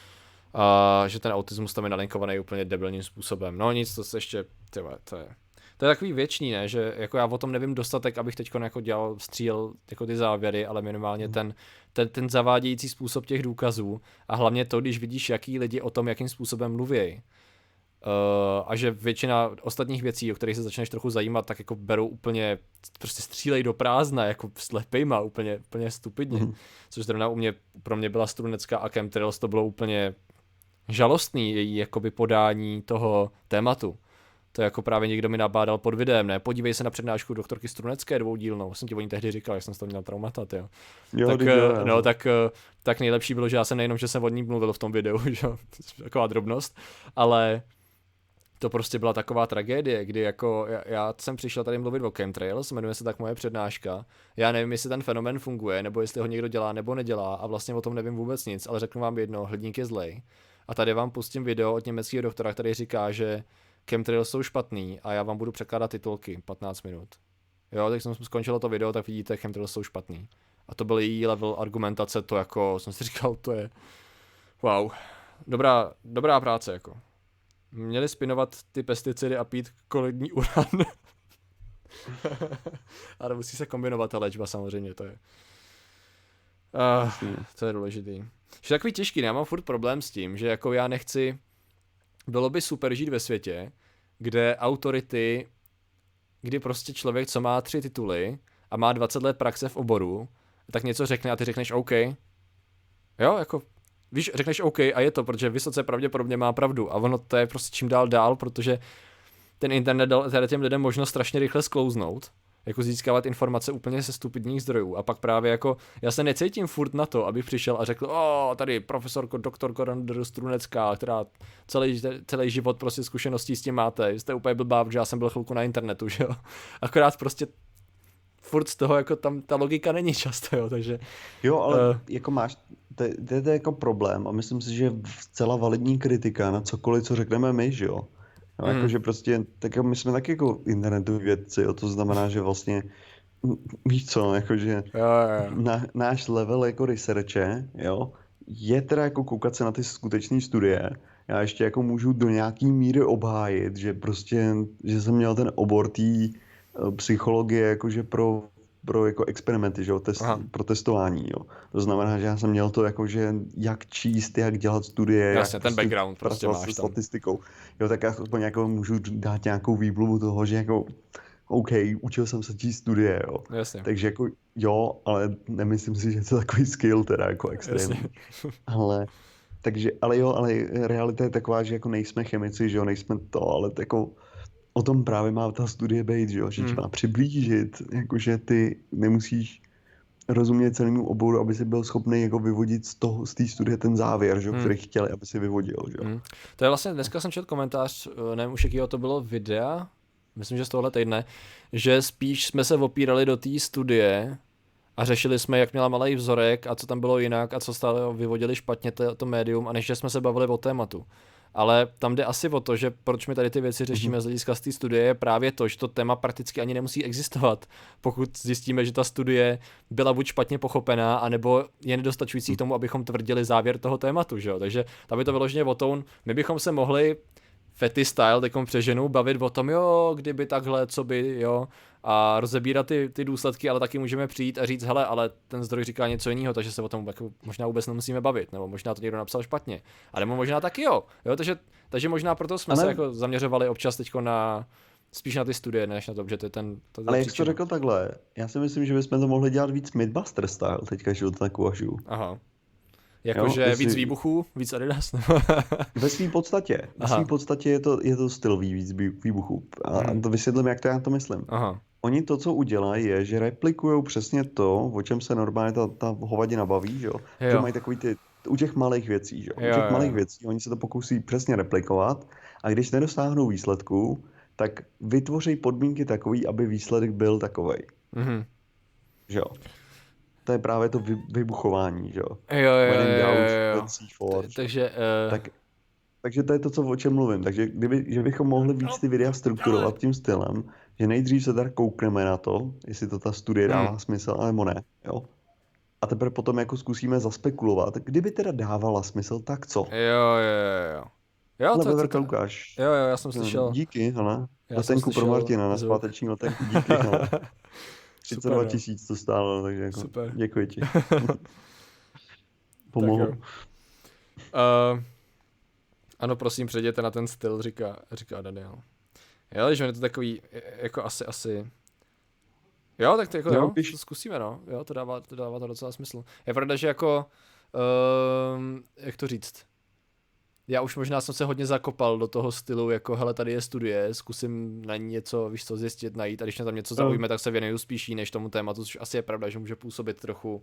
A že ten autismus tam je nalinkovaný úplně debilním způsobem. No nic, to se ještě, to je takový věčný, ne, že jako já o tom nevím dostatek, abych teď jako střílel jako ty závěry, ale minimálně ten zavádějící způsob těch důkazů a hlavně to, když vidíš, jaký lidi o tom, jakým způsobem mluví. A že většina ostatních věcí, o kterých se začneš trochu zajímat, tak jako berou úplně, prostě střílej do prázdna, jako slepejma, úplně stupidně. Což zrovna pro mě byla Strunecká a chemtrails, to bylo úplně žalostný její jakoby podání toho tématu. To jako právě někdo mi nabádal pod videem, ne? Podívej se na přednášku doktorky Strunecké dvoudílnou. Jsem ti o ní tehdy říkal, jak jsem to měl traumata, jo. Tak nejlepší bylo, že já jsem nejenom, že jsem od ní mluvil v tom videu, že taková drobnost, ale to prostě byla taková tragédie, kdy jako já jsem přišel tady mluvit o chemtrails, jmenuje se tak moje přednáška. Já nevím, jestli ten fenomén funguje, nebo jestli ho někdo dělá nebo nedělá a vlastně o tom nevím vůbec nic, ale řeknu vám jedno, hliník je zlej. A tady vám pustím video od německého doktora, který říká, že chemtrails jsou špatný a já vám budu překládat titulky 15 minut. Jo, tak jsem skončil to video, tak vidíte, chemtrails jsou špatný. A to byl její level argumentace, to jako jsem si říkal, to je wow. Dobrá práce jako. Měli spinovat ty pesticidy a pít kolidní uran. Ale musí se kombinovat ta léčba samozřejmě, to je. To je důležitý. Že takový těžký, já mám furt problém s tím, že jako já nechci, bylo by super žít ve světě, kde kdy prostě člověk, co má 3 tituly a má 20 let praxe v oboru, tak něco řekne a ty řekneš OK. Jo, jako, víš, řekneš OK a je to, protože vysoce pravděpodobně má pravdu a ono to je prostě čím dál, protože ten internet dal teda těm lidem možnost strašně rychle sklouznout, jako získávat informace úplně ze stupidních zdrojů a pak právě jako, já se necítím furt na to, abych přišel a řekl, tady profesorko, doktorko Strunecká, která celý život prostě zkušeností s tím máte, jste úplně blbá, protože já jsem byl chvilku na internetu, že jo, akorát prostě furt z toho, jako tam ta logika není často, jo, takže... Jo, ale jako máš, to je jako problém a myslím si, že je zcela validní kritika na cokoliv, co řekneme my, že jo. No, jakože prostě, tak my jsme taky jako internetoví vědci, jo, to znamená, že vlastně, víš co, jakože náš level jako researche, jo, je teda jako koukat se na ty skutečné studie. Já ještě jako můžu do nějaký míry obhájit, že prostě, že jsem měl ten obor té psychologie jakože pro jako experimenty, že jo, pro testování, jo. To znamená, že já jsem měl to jakože jak číst, jak dělat studie, jasně, jak ten background prostě máš tam. Statistikou. Jo, tak já aspoň jako můžu dát nějakou výmluvu toho, že jako OK, učil jsem se číst studie, jo. Jasně. Takže jako jo, ale nemyslím si, že to je takový skill teda jako extrémní. Ale realita je taková, že jako nejsme chemici, že jo, nejsme to, ale jako o tom právě má ta studie být, že jo, že má přiblížit, jakože ty nemusíš rozumět celému oboru, aby si byl schopný jako vyvodit z té studie ten závěr, že jo, který chtěli, aby si vyvodil, že jo. To je vlastně, dneska jsem četl komentář, nevím už jakýho to bylo videa, myslím, že z tohohle týdne, že spíš jsme se opírali do té studie a řešili jsme, jak měla malý vzorek a co tam bylo jinak a co stále vyvodili špatně to médium, a než jsme se bavili o tématu. Ale tam jde asi o to, že proč my tady ty věci řešíme z hlediska z té studie, je právě to, že to téma prakticky ani nemusí existovat, pokud zjistíme, že ta studie byla buď špatně pochopená, anebo je nedostačující k tomu, abychom tvrdili závěr toho tématu, že jo. Takže tam je to vyloženě o tom, my bychom se mohli fety style, takom přeženu, bavit o tom, jo, kdyby takhle, co by, jo, a rozebírat ty důsledky, ale taky můžeme přijít a říct, hele, ale ten zdroj říká něco jiného, takže se o tom jako možná vůbec nemusíme bavit, nebo možná to někdo napsal špatně, a nebo možná taky jo, takže možná proto jsme se jako zaměřovali občas teďko spíš na ty studie, než na to, že to je ten... Ale jak jsi to řekl takhle, já si myslím, že bychom to mohli dělat víc Mythbuster style, teďka, že to tak uvažuju. Aha. Jakože víc výbuchů, víc Adidas? Ve své podstatě je to stylový víc výbuchů. A to vysvětlím, jak to já to myslím. Aha. Oni to, co udělají, je, že replikujou přesně to, o čem se normálně ta hovadina baví, že jo? Že mají takový u těch malých věcí, že jo? U těch malých věcí oni se to pokusí přesně replikovat a když nedosáhnou výsledku, tak vytvoří podmínky takový, aby výsledek byl takovej. Že jo? To je právě to vybuchování, že jo? Jo. Takže to je to, o čem mluvím. Takže že bychom mohli víc ty videa strukturovat tím stylem, že nejdřív se tak koukneme na to, jestli to ta studie dává smysl, nebo ne, jo? A teprve potom jako zkusíme zaspekulovat, kdyby teda dávala smysl, tak co? Jo, to Lukáš. Jo, já jsem slyšel. Díky, hele. Letenku pro Martina, na zpáteční letenku, díky, hele. 32 000 to stálo, takže jako super. Děkuji ti. Pomohl. Ano, prosím, přejděte na ten styl, říká Daniel. Jo, že je to takový, jako asi. Jo, tak to jako to zkusíme, no. Jo, to dává to docela smysl. Je pravda, že jako, jak to říct, já už možná jsem se hodně zakopal do toho stylu, jako hele, tady je studie, zkusím na ní něco, víš co, zjistit, najít, a když mě tam něco zaujme, tak se věnuju spíš než tomu tématu, což asi je pravda, že může působit trochu,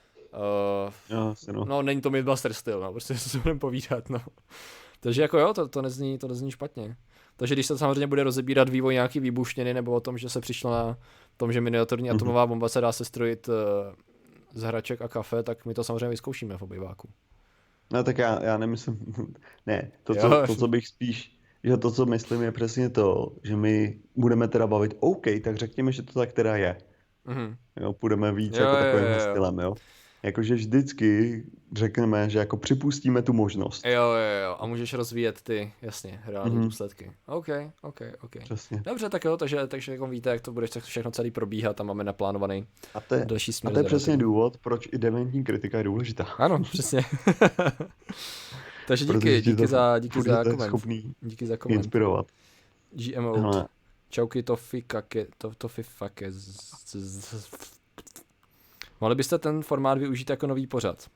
no, není to Mythbuster styl, no, prostě se budeme povídat, no. Takže jako jo, to nezní špatně. Takže když se samozřejmě bude rozebírat vývoj nějaký výbušniny, nebo o tom, že se přišlo na tom, že miniaturní atomová bomba se dá sestrojit z hraček a kafe, tak my to samozřejmě vyzkoušíme v obýváku. No tak já nemyslím, ne, to, co bych spíš, že to, co myslím, je přesně to, že my budeme teda bavit, OK, tak řekněme, že to tak teda je. Jo, půjdeme víc jako takovým stylem, jo. Jakože vždycky řekneme, že jako připustíme tu možnost. Jo, a můžeš rozvíjet ty, jasně, reální důsledky. OK. Přesně. Dobře, tak jo, takže jako víte, jak to bude všechno celý probíhat a máme naplánovaný další směr. A to je přesně důvod, proč i dementní kritika je důležitá. Ano, přesně. Takže díky za koment. Schopný díky za koment. Inspirovat. GMO. Čauky Tofifake. Mohli byste ten formát využít jako nový pořad?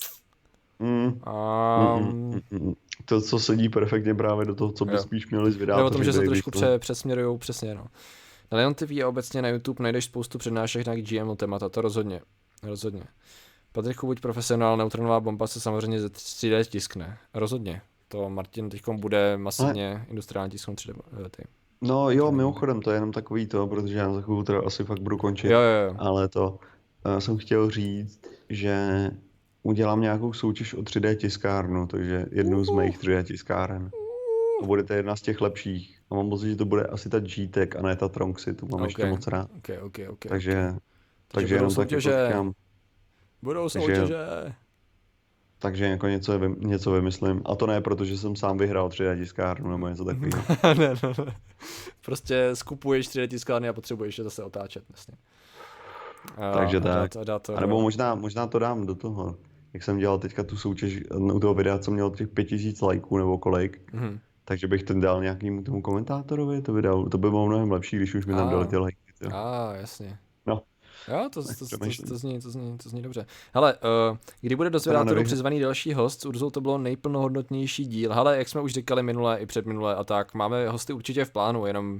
To, co sedí perfektně právě do toho, co by spíš měli zvědat. Je o tom, že se trošku přesměrujou přesně, no. Na Leon TV a obecně na YouTube najdeš spoustu přednášek na GMO témata, to rozhodně. Patriku, buď profesionál, neutronová bomba se samozřejmě ze 3D tiskne. Rozhodně. To Martin teďkom bude masivně industriální tisknout 3D. No jo, mimochodem, to je jenom takový to, protože já za chvíli teda asi fakt budu končit. Jo. Ale to jsem chtěl říct, že udělám nějakou soutěž o 3D tiskárnu, takže jednu z mých 3D tiskáren. A bude to jedna z těch lepších. A mám pocit, že to bude asi ta G-Tech a ne ta Tronxy, tu mám ještě moc rád. Takže jenom tak říkám. Budou soutěže. Takže jako něco vymyslím. A to ne, protože jsem sám vyhrál 3D tiskárnu nebo něco takového. ne. Prostě skupuješ 3D tiskárny a potřebuješ je zase otáčet. Vlastně. Takže tak. A nebo možná to dám do toho. Jak jsem dělal teďka tu soutěž u toho videa, co mělo těch 5000 lajků nebo kolik. Takže bych ten dal nějakému tomu komentátorovi to video. To by bylo mnohem lepší, když už mi tam dali ty lajky. Jasně. No. Jo, to zní dobře. Hele, kdy bude do Zvědátoru přizvaný další host, s Urzou to bylo nejplnohodnotnější díl. Hele, jak jsme už říkali minule i předminule a tak, máme hosty určitě v plánu, jenom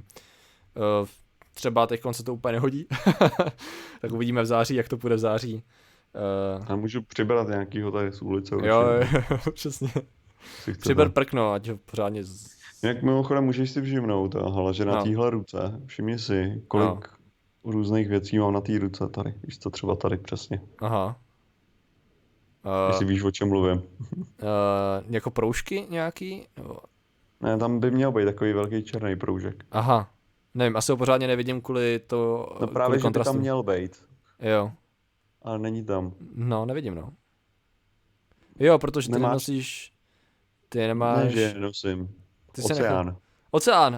třeba teď se to úplně nehodí. Tak uvidíme v září, jak to půjde v září. A můžu přibrat nějakýho tady z ulice. Jo, přesně. Přiber prkno, ať ho pořádně... Jak mimochodem můžeš si všimnout, že na téhle ruce, všimni si, kolik různých věcí mám na té ruce tady. Víš to třeba tady přesně. Aha. Jestli víš, o čem mluvím. Jako proužky nějaký? Ne, tam by měl být takový velký černý proužek. Aha. Nevím, asi ho pořádně nevidím kvůli to... No právě, že by tam měl být. Jo. Ale není tam. No, nevidím, no. Jo, protože ty nenosíš... Ty nemáš... Ne, že nenosím. Oceán. Oceán,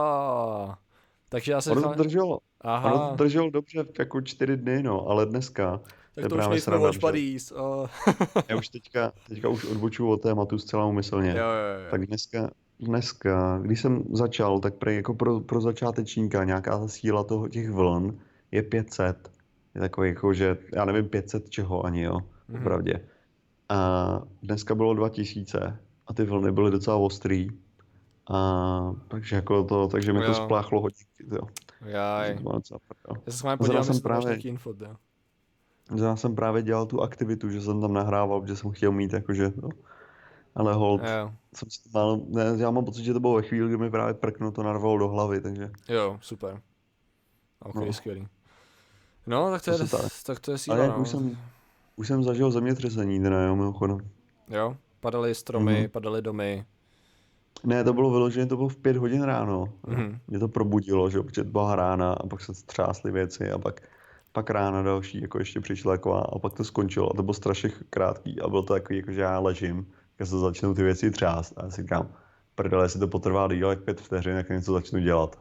Takže já se... Ono to drželo dobře jako 4 dny, no, ale dneska... Tak to už nejsme ošpadís. Já už teďka už odbočuju od tématu zcela úmyslně. Jo. Tak dneska, když jsem začal, tak jako pro začátečníka nějaká ta síla těch vln je 500. Je takový jako, že já nevím 500 čeho ani, jo, opravdě. A dneska bylo 2000 a ty vlny byly docela ostrý. Takže mi to spláchlo hodně. Jaj. Já se s vámi podívám, jestli máš nějaký info, jo. Já jsem právě dělal tu aktivitu, že jsem tam nahrával, že jsem chtěl mít jakože, ale hold, jsem si já mám pocit, že to bylo ve chvíli, kdy mi právě prkno to narvalo do hlavy, takže. Jo, super. Ok, skvělý. No, tak to je síla, ale už jsem zažil zemětřesení, teda jo, mimochodem. Jo, padaly stromy, padaly domy. Ne, to bylo vyloženě, to bylo v 5 hodin ráno. Mě to probudilo, že protože byla rána a pak se třásly věci a pak rána další, jako ještě přišla taková a pak to skončilo a to bylo strašně krátký a bylo to takový, jako že já ležím, jak se začnou ty věci třást a já si říkám, prdele, jestli to potrvá díl jak 5 vteřin, jak něco začnu dělat.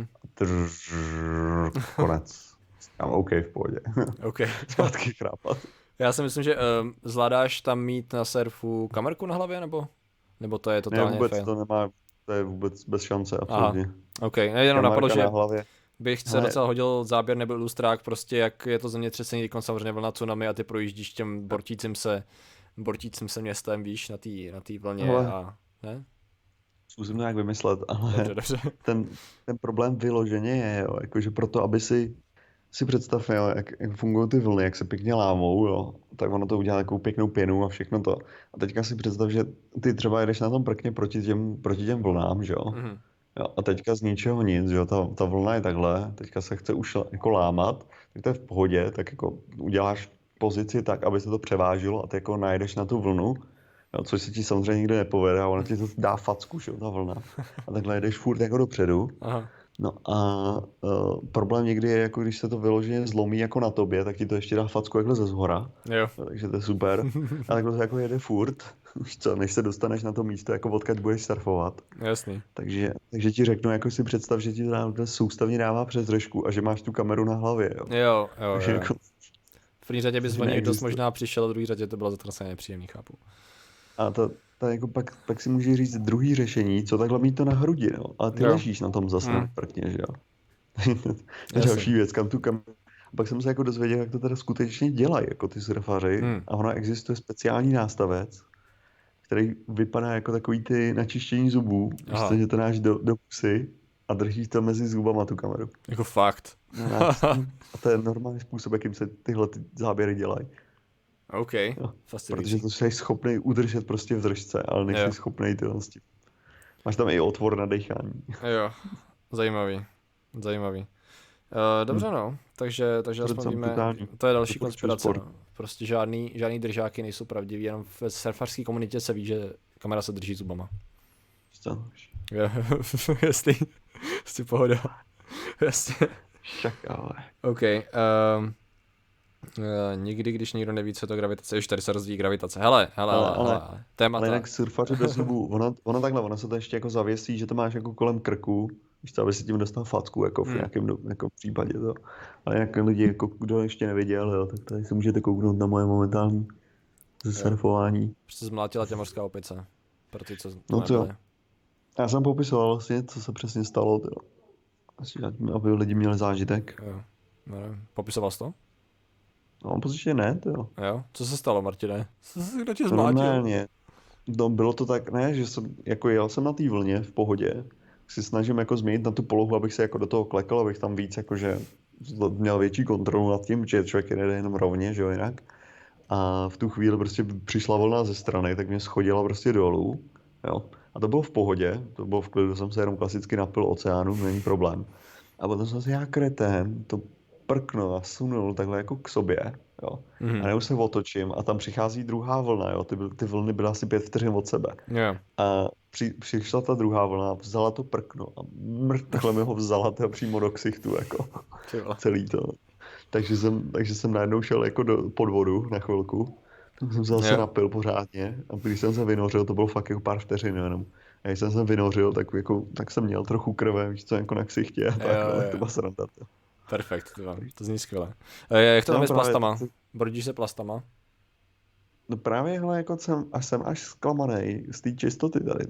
Konec. Říkám, OK, v pohodě. Okay. Zpátky chrápat. Já si myslím, že zvládáš tam mít na surfu kamerku na hlavě, nebo to je totálně ne, vůbec fail? To nemá, to je vůbec bez šance, absolutně. Aha. OK, jenom napadlo, že bych se docela hodil záběr nebo ilustrák, prostě jak je to zemětřesení, teď samozřejmě vlna tsunami a ty projíždíš těm bortícím se městem, víš, na té vlně a ne? Zkusím to nějak vymyslet, ale dobře. Ten problém vyloženě je, jo, jakože proto, aby si představ, jo, jak fungují ty vlny, jak se pěkně lámou, jo, tak ono to udělá takovou pěknou pěnu a všechno to. A teďka si představ, že ty třeba jedeš na tom prkně proti těm vlnám, že jo. Jo, a teďka z ničeho nic, že jo, ta vlna je takhle, teďka se chce už jako lámat, tak to je v pohodě, tak jako uděláš pozici tak, aby se to převážilo a ty jako najedeš na tu vlnu, jo, což se ti samozřejmě nikdy nepovede a ona ti to dá facku, že jo, ta vlna. A takhle jedeš furt jako dopředu. Aha. No a problém někdy je, jako když se to vyloženě zlomí jako na tobě, tak ti to ještě dá facku jakhle ze zhora. Jo. Takže to je super. A takhle to jako jede furt, už co, než se dostaneš na to místo, jako odkud budeš surfovat. Jasný. Takže ti řeknu, jako si představ, že ti to soustavně dává přes držku a že máš tu kameru na hlavě. Jo. Jako, v první řadě bys o něj dost možná přišel, a v druhé řadě to bylo zatraceně nepříjemný, chápu. A to jako pak si může říct druhý řešení, co takhle mít to na hrudi, no. A ty ležíš na tom zase prkně, že jo. To je další věc, kam. Pak jsem se jako dozvěděl, jak to teda skutečně dělají, jako ty surfaři. A ona existuje speciální nástavec, který vypadá jako takový ty načištění zubů. Prostě, že to dáš do pusy a držíš to mezi zubama tu kameru. Jako fakt. A to je normální způsob, jakým se tyhle záběry dělají. OK, protože to jsi schopný udržet prostě v držce, ale nejsi schopný tyhle. Máš tam i otvor na dechání. Jo, zajímavý. Dobře no, takže aspoň víme, to je další konspirace. No. Prostě žádný držáky nejsou pravdivý, jenom v surfařské komunitě se ví, že kamera se drží zubama. Jestli pohoda. Jasně. Však ale. OK. Nikdy, když nikdo neví, co je to gravitace, už tady se rozvíjí gravitace. Hele. Témata. Ale jinak surfaři bez zubů, ona se to ještě jako zavěsí, že to máš jako kolem krku, víš co, aby si tím dostal facku, jako v nějakém jako případě to. Ale jinak lidi, jako kdo ještě neviděl, jo, tak tady si můžete kouknout na moje momentální surfování. Prostě zmlátila tě mořská opice. Pro ty, co já jsem popisoval vlastně, co se přesně stalo, jo. Asi, aby lidi měli zážitek. Jo. Popisoval jsi to? No, mám pocit, že ne, to jo. Jo? Co se stalo, Martine? Kdo tě zmlátil? Normálně. No, bylo to tak, ne, že jsem, jako jel jsem na té vlně v pohodě, si snažím jako změnit na tu polohu, abych se jako do toho klekl, abych tam víc jakože měl větší kontrolu nad tím, že člověk jede jenom rovně, že jo, jinak. A v tu chvíli prostě přišla vlna ze strany, tak mě schodila prostě dolů, jo. A to bylo v pohodě, to bylo v klidu, jsem se jenom klasicky napil oceánu, není problém. A potom jsem se já kretén, to prknul a sunul takhle jako k sobě, jo. A nebo se otočím a tam přichází druhá vlna, jo. Ty vlny byly asi 5 vteřin od sebe. Yeah. A přišla ta druhá vlna, vzala to prkno a takhle mi ho vzala to přímo do ksichtu, jako celý to. Takže jsem najednou šel jako pod vodu na chvilku. Tak jsem se zase napil pořádně a když jsem se vynořil, to bylo fakt jako pár vteřin jenom. A když jsem se vynořil, tak jsem měl trochu krve, víš co, jako na ksichtě a tak to byla sranda. Perfekt, to zní skvěle. Jak to tam je s plastama? Brodíš se plastama? No právě, hele, jako jsem až zklamanej z té čistoty tady.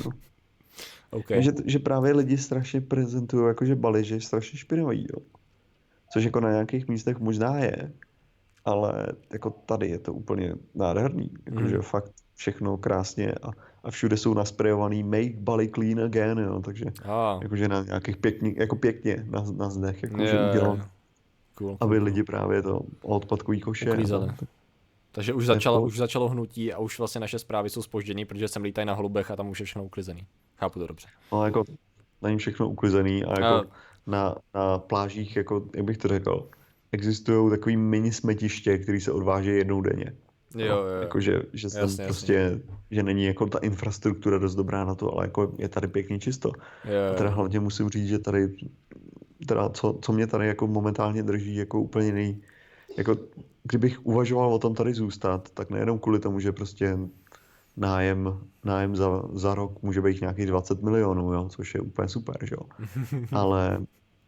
Okay. Že právě lidi strašně prezentují, jakože Bali, že je strašně špinavý, jo. Což jako na nějakých místech možná je, ale jako tady je to úplně nádherný. Jakože fakt všechno krásně a všude jsou nasprejovaný make Bali clean again, jo, takže jakože na nějakých pěkně na zdech, jakože udělal, cool. Aby lidi právě to odpadkový koše. Takže už začalo hnutí a už vlastně naše zprávy jsou zpožděný, protože sem lítají na holubech a tam už je všechno uklizený. Chápu to dobře. No jako není všechno uklizený a jako na plážích, jako, jak bych to řekl, existují takový mini smetiště, které se odváží jednou denně. Jo. Jako, že jasně. Že není jako ta infrastruktura dost dobrá na to, ale jako je tady pěkně čisto. Jo. A teda hlavně musím říct, že tady, teda co mě tady jako momentálně drží jako úplně jako kdybych uvažoval o tom tady zůstat, tak nejenom kvůli tomu, že prostě nájem za rok může být nějakých 20 milionů, jo, což je úplně super, že jo. Ale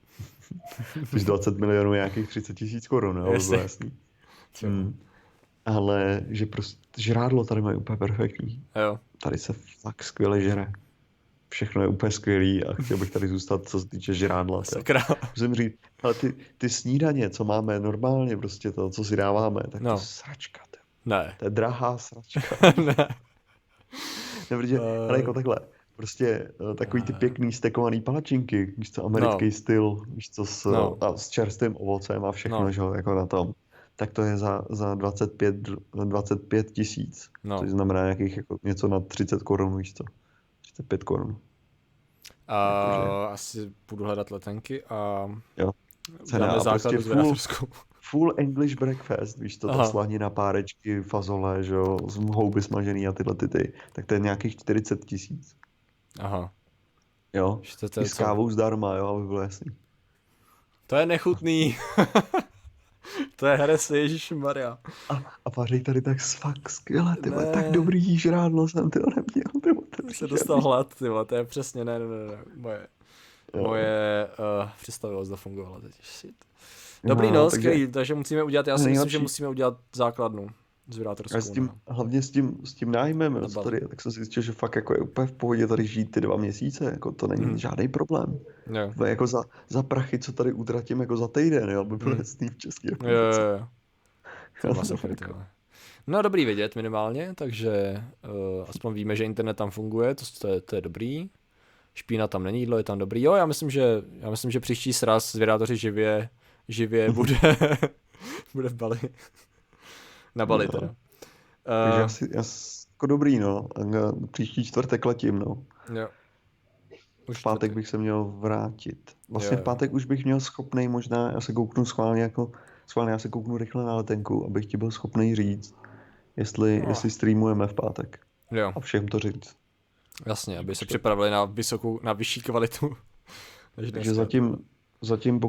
20 milionů je nějakých 30 000 korun, jo, to bylo jasný. Ale že prostě žrádlo tady mají úplně perfektní. Jo. Tady se fakt skvěle žere. Všechno je úplně skvělý a chtěl bych tady zůstat, co se týče žrádla. Musím říct, ale ty snídaně, co máme normálně, prostě to, co si dáváme, tak to je sračka. Ne. To je drahá sračka. Ne. Protože, ale jako takhle, prostě takový ty pěkný stekovaný palačinky, víš co, americký styl, víš co, s čerstvým ovocem a všechno, že jako na tom. Tak to je za 25 tisíc, což znamená nějakých jako něco na 30 korun, víš co, 35 korun. Asi budu hledat letenky a dáme základu prostě full English breakfast, víš to, ta slanina, párečky, fazole, že jo, houby smažený a tyhle ty, tak to je nějakých 40 tisíc. Aha. Jo, i s kávou zdarma, jo, aby bylo jasný. To je nechutný. To je heresy, ježišmarja. A vaří tady tak fakt skvěle, tyhle, tak dobrý žrádlo jsem tyhle neměl. Se dostal hlad, tyhle, to je přesně, ne, moje představivost zafungovala teď, shit. Dobrý, skvělý, takže musíme udělat, já si myslím, že musíme udělat základnu. s A vyrátorskou. hlavně s tím nájmem, Na co Bali. tady, tak jsem si zjistil, že fakt jako je úplně v pohodě tady žít ty 2 měsíce, jako to není žádný problém. Jo. To je jako za prachy, co tady utratím jako za týden, jo, by bylo jasný v České republice. Jo. To je masakr, ty vole. No dobrý vědět minimálně, takže aspoň víme, že internet tam funguje, to je dobrý. Špína tam není, jídlo je tam dobrý. Jo, já myslím, že příští sraz s vyrátoři živě bude bude v Bali. Na Bali teda. Takže asi jako dobrý, no. A příští čtvrtek letím, no. Jo. V pátek bych se měl vrátit. Vlastně v pátek už bych měl schopnej možná, já se kouknu schválně, já se kouknu rychle na letenku, abych ti byl schopnej říct, jestli streamujeme v pátek. Jo. A všem to říct. Jasně, aby se připravili na vyšší kvalitu. Takže zatím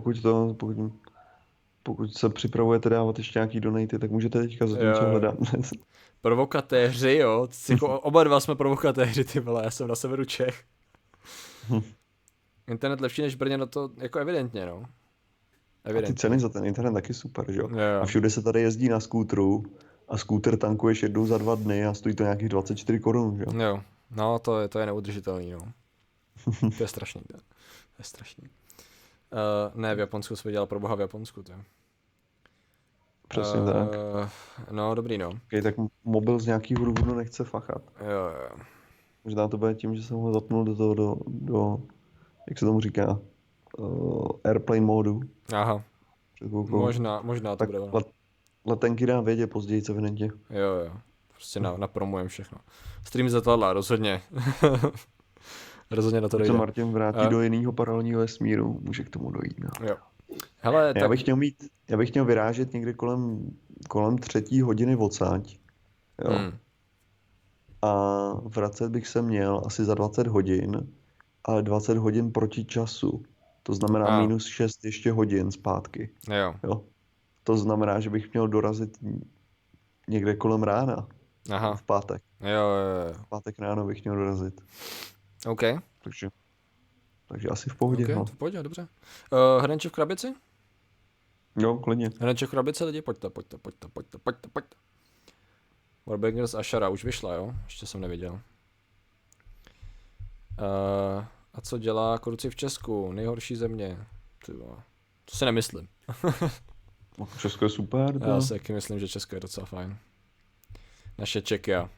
pokud se připravujete dávat ještě nějaký donaty, tak můžete teďka zatím co hledat. Provokatéři, jo. Jako oba dva jsme provokatéři, ty vole, já jsem na severu Čech. Internet lepší než v Brně, no to jako evidentně, no. A ty ceny za ten internet taky super, že jo? A všude se tady jezdí na skútru a skútr tankuješ jednou za 2 dny a stojí to nějakých 24 korun, že jo? Jo, no to je neudržitelný, no. To je strašný, to je strašný. Ne, v Japonsku jsme dělali pro boha v Japonsku, to je. Přesně tak. No, dobrý, no. Okay, tak mobil z nějakého důvodu nechce fachat. Jo. Možná to bude tím, že jsem ho zapnul do toho, do jak se tomu říká, airplane modu. Aha. Možná to bude. Letenky dám vědět později, co evidentně. Jo. Prostě napromujem všechno. Stream z letadla, rozhodně. Rozhodně na to dojde. Když se Martin vrátí do jiného paralelního vesmíru, může k tomu dojít. No. Jo. Hele, já bych chtěl vyrážet někde kolem 3. hodiny odsáď. Jo. A vracet bych se měl asi za 20 hodin, ale 20 hodin proti času. To znamená -6 ještě hodin zpátky. Jo. To znamená, že bych měl dorazit někde kolem rána. Aha. V pátek. Jo. V pátek ráno bych měl dorazit. OK. Takže asi v pohodě. Okay, v pohodě, dobře. Hrnče v krabici? Jo, klidně. Hrnče v krabici, lidi, pojďte. Warbangers a Shara už vyšla, jo? Ještě jsem neviděl. A co dělá Kuruci v Česku? Nejhorší země. To si nemyslím. Česko je super. Já si taky myslím, že Česko je docela fajn. Naše Čekia.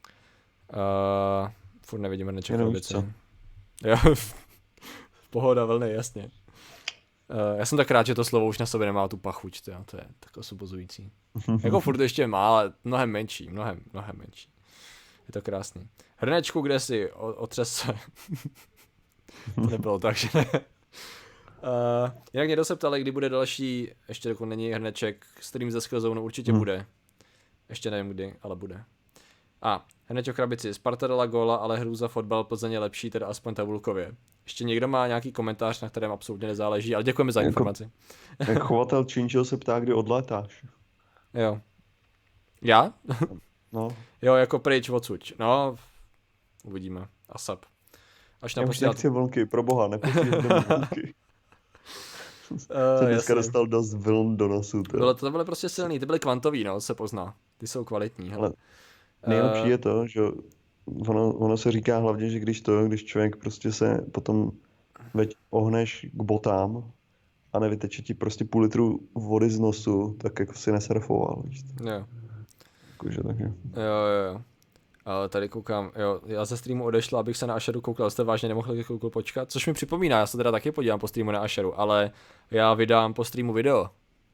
Furt nevidím Hrnče v krabici. Jo, pohoda, vlny, jasně. Já jsem tak rád, že to slovo už na sobě nemá tu pachuť, to je tak osobozující. Jako furt ještě má, ale mnohem menší. Je to krásný. Hrnečku, kde si otřes se. To nebylo tak, že ne. Jinak někdo se ptali, kdy bude další, ještě dokud není hrneček, stream ze Skillzone určitě bude. Ještě nevím kdy, ale bude. Hrneček v krabici. Sparta dala góla, ale hru za fotbal Plzeň je lepší, teda aspoň tabulkově. Ještě někdo má nějaký komentář, na kterém absolutně nezáleží, ale děkujeme za informaci. Chovatel Činčil se ptá, kdy odlétáš. Jo. Já? No. Jo, jako pryč odsud. No, uvidíme. ASAP. Až na posílat... nechci vlnky, pro boha, neposílat vlnky. Jsem dneska dostal dost vln do nosu. To byly prostě silný, ty byly kvantový, no, se pozná. Ty jsou kvalitní. Ale nejlepší je to, že ono se říká hlavně, že když člověk prostě se potom ohneš k botám a nevyteče ti prostě půl litru vody z nosu, tak jako si nesurfoval, víš to. Jo. Jakože taky. Jo. Ale tady koukám, jo, já ze streamu odešla, abych se na Asheru koukal, jste vážně nemohli chvilku počkat, což mi připomíná, já se teda taky podívám po streamu na Asheru, ale já vydám po streamu video.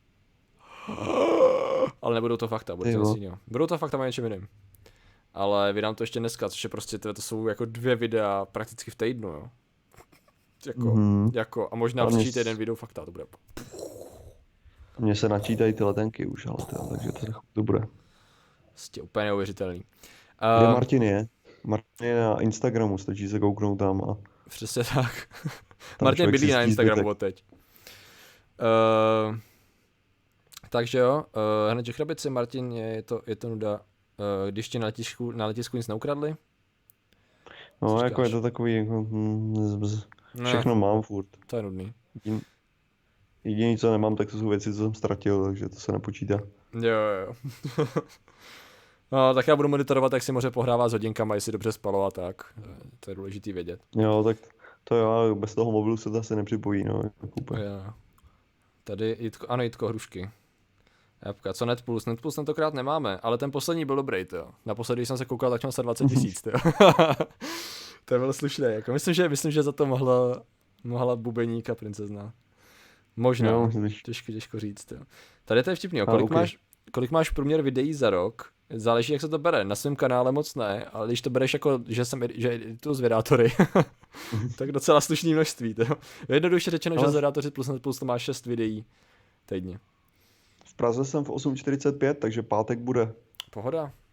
Ale nebudou to fakta, budou to fakta o něčem jiným. Ale vydám to ještě dneska, což je prostě, to jsou jako 2 videa prakticky v týdnu, jo. Jako, a možná příští týden vyjdou fakta, to bude. Mně se načítají ty letenky už, ale takže to bude. Prostě úplně neuvěřitelný. Kde Martin je? Martin je na Instagramu, stačí se kouknout tam a... Přesně tak. Martin bydlí na Instagramu od teď. Takže jo, hned krabici, Martin, je to nuda, když ti na letisku nic neukradli? No, jako je to takový, jako, všechno mám furt. To je nudný. Jediný, co nemám, tak to jsou věci, co jsem ztratil, takže to se nepočítá. Jo. No, tak já budu monitorovat, jak si moře pohrává s hodinkama, jestli dobře spalo a tak. To je důležitý vědět. Jo, tak to jo, bez toho mobilu se to asi nepřipojí, no. Jo. Tady Jitko, hrušky. Jabka, co Netpuls? Netpuls tentokrát nemáme, ale ten poslední byl dobrý, to. Naposledy, když jsem se koukal, tak měl se 20 000, to bylo slušné, jako myslím, že za to mohla bubeníka princezna. Možná, jo, těžko říct, jo. Tady to je vtipný, okay. Kolik máš průměr videí za rok? Záleží, jak se to bere. Na svém kanále moc ne, ale když to bereš jako, že edituju z Vydátory, tak docela slušný množství. To. Jednoduše řečeno, že z Vydátory plus to máš 6 videí týdně. V Praze jsem v 8:45, takže pátek bude. Pohoda.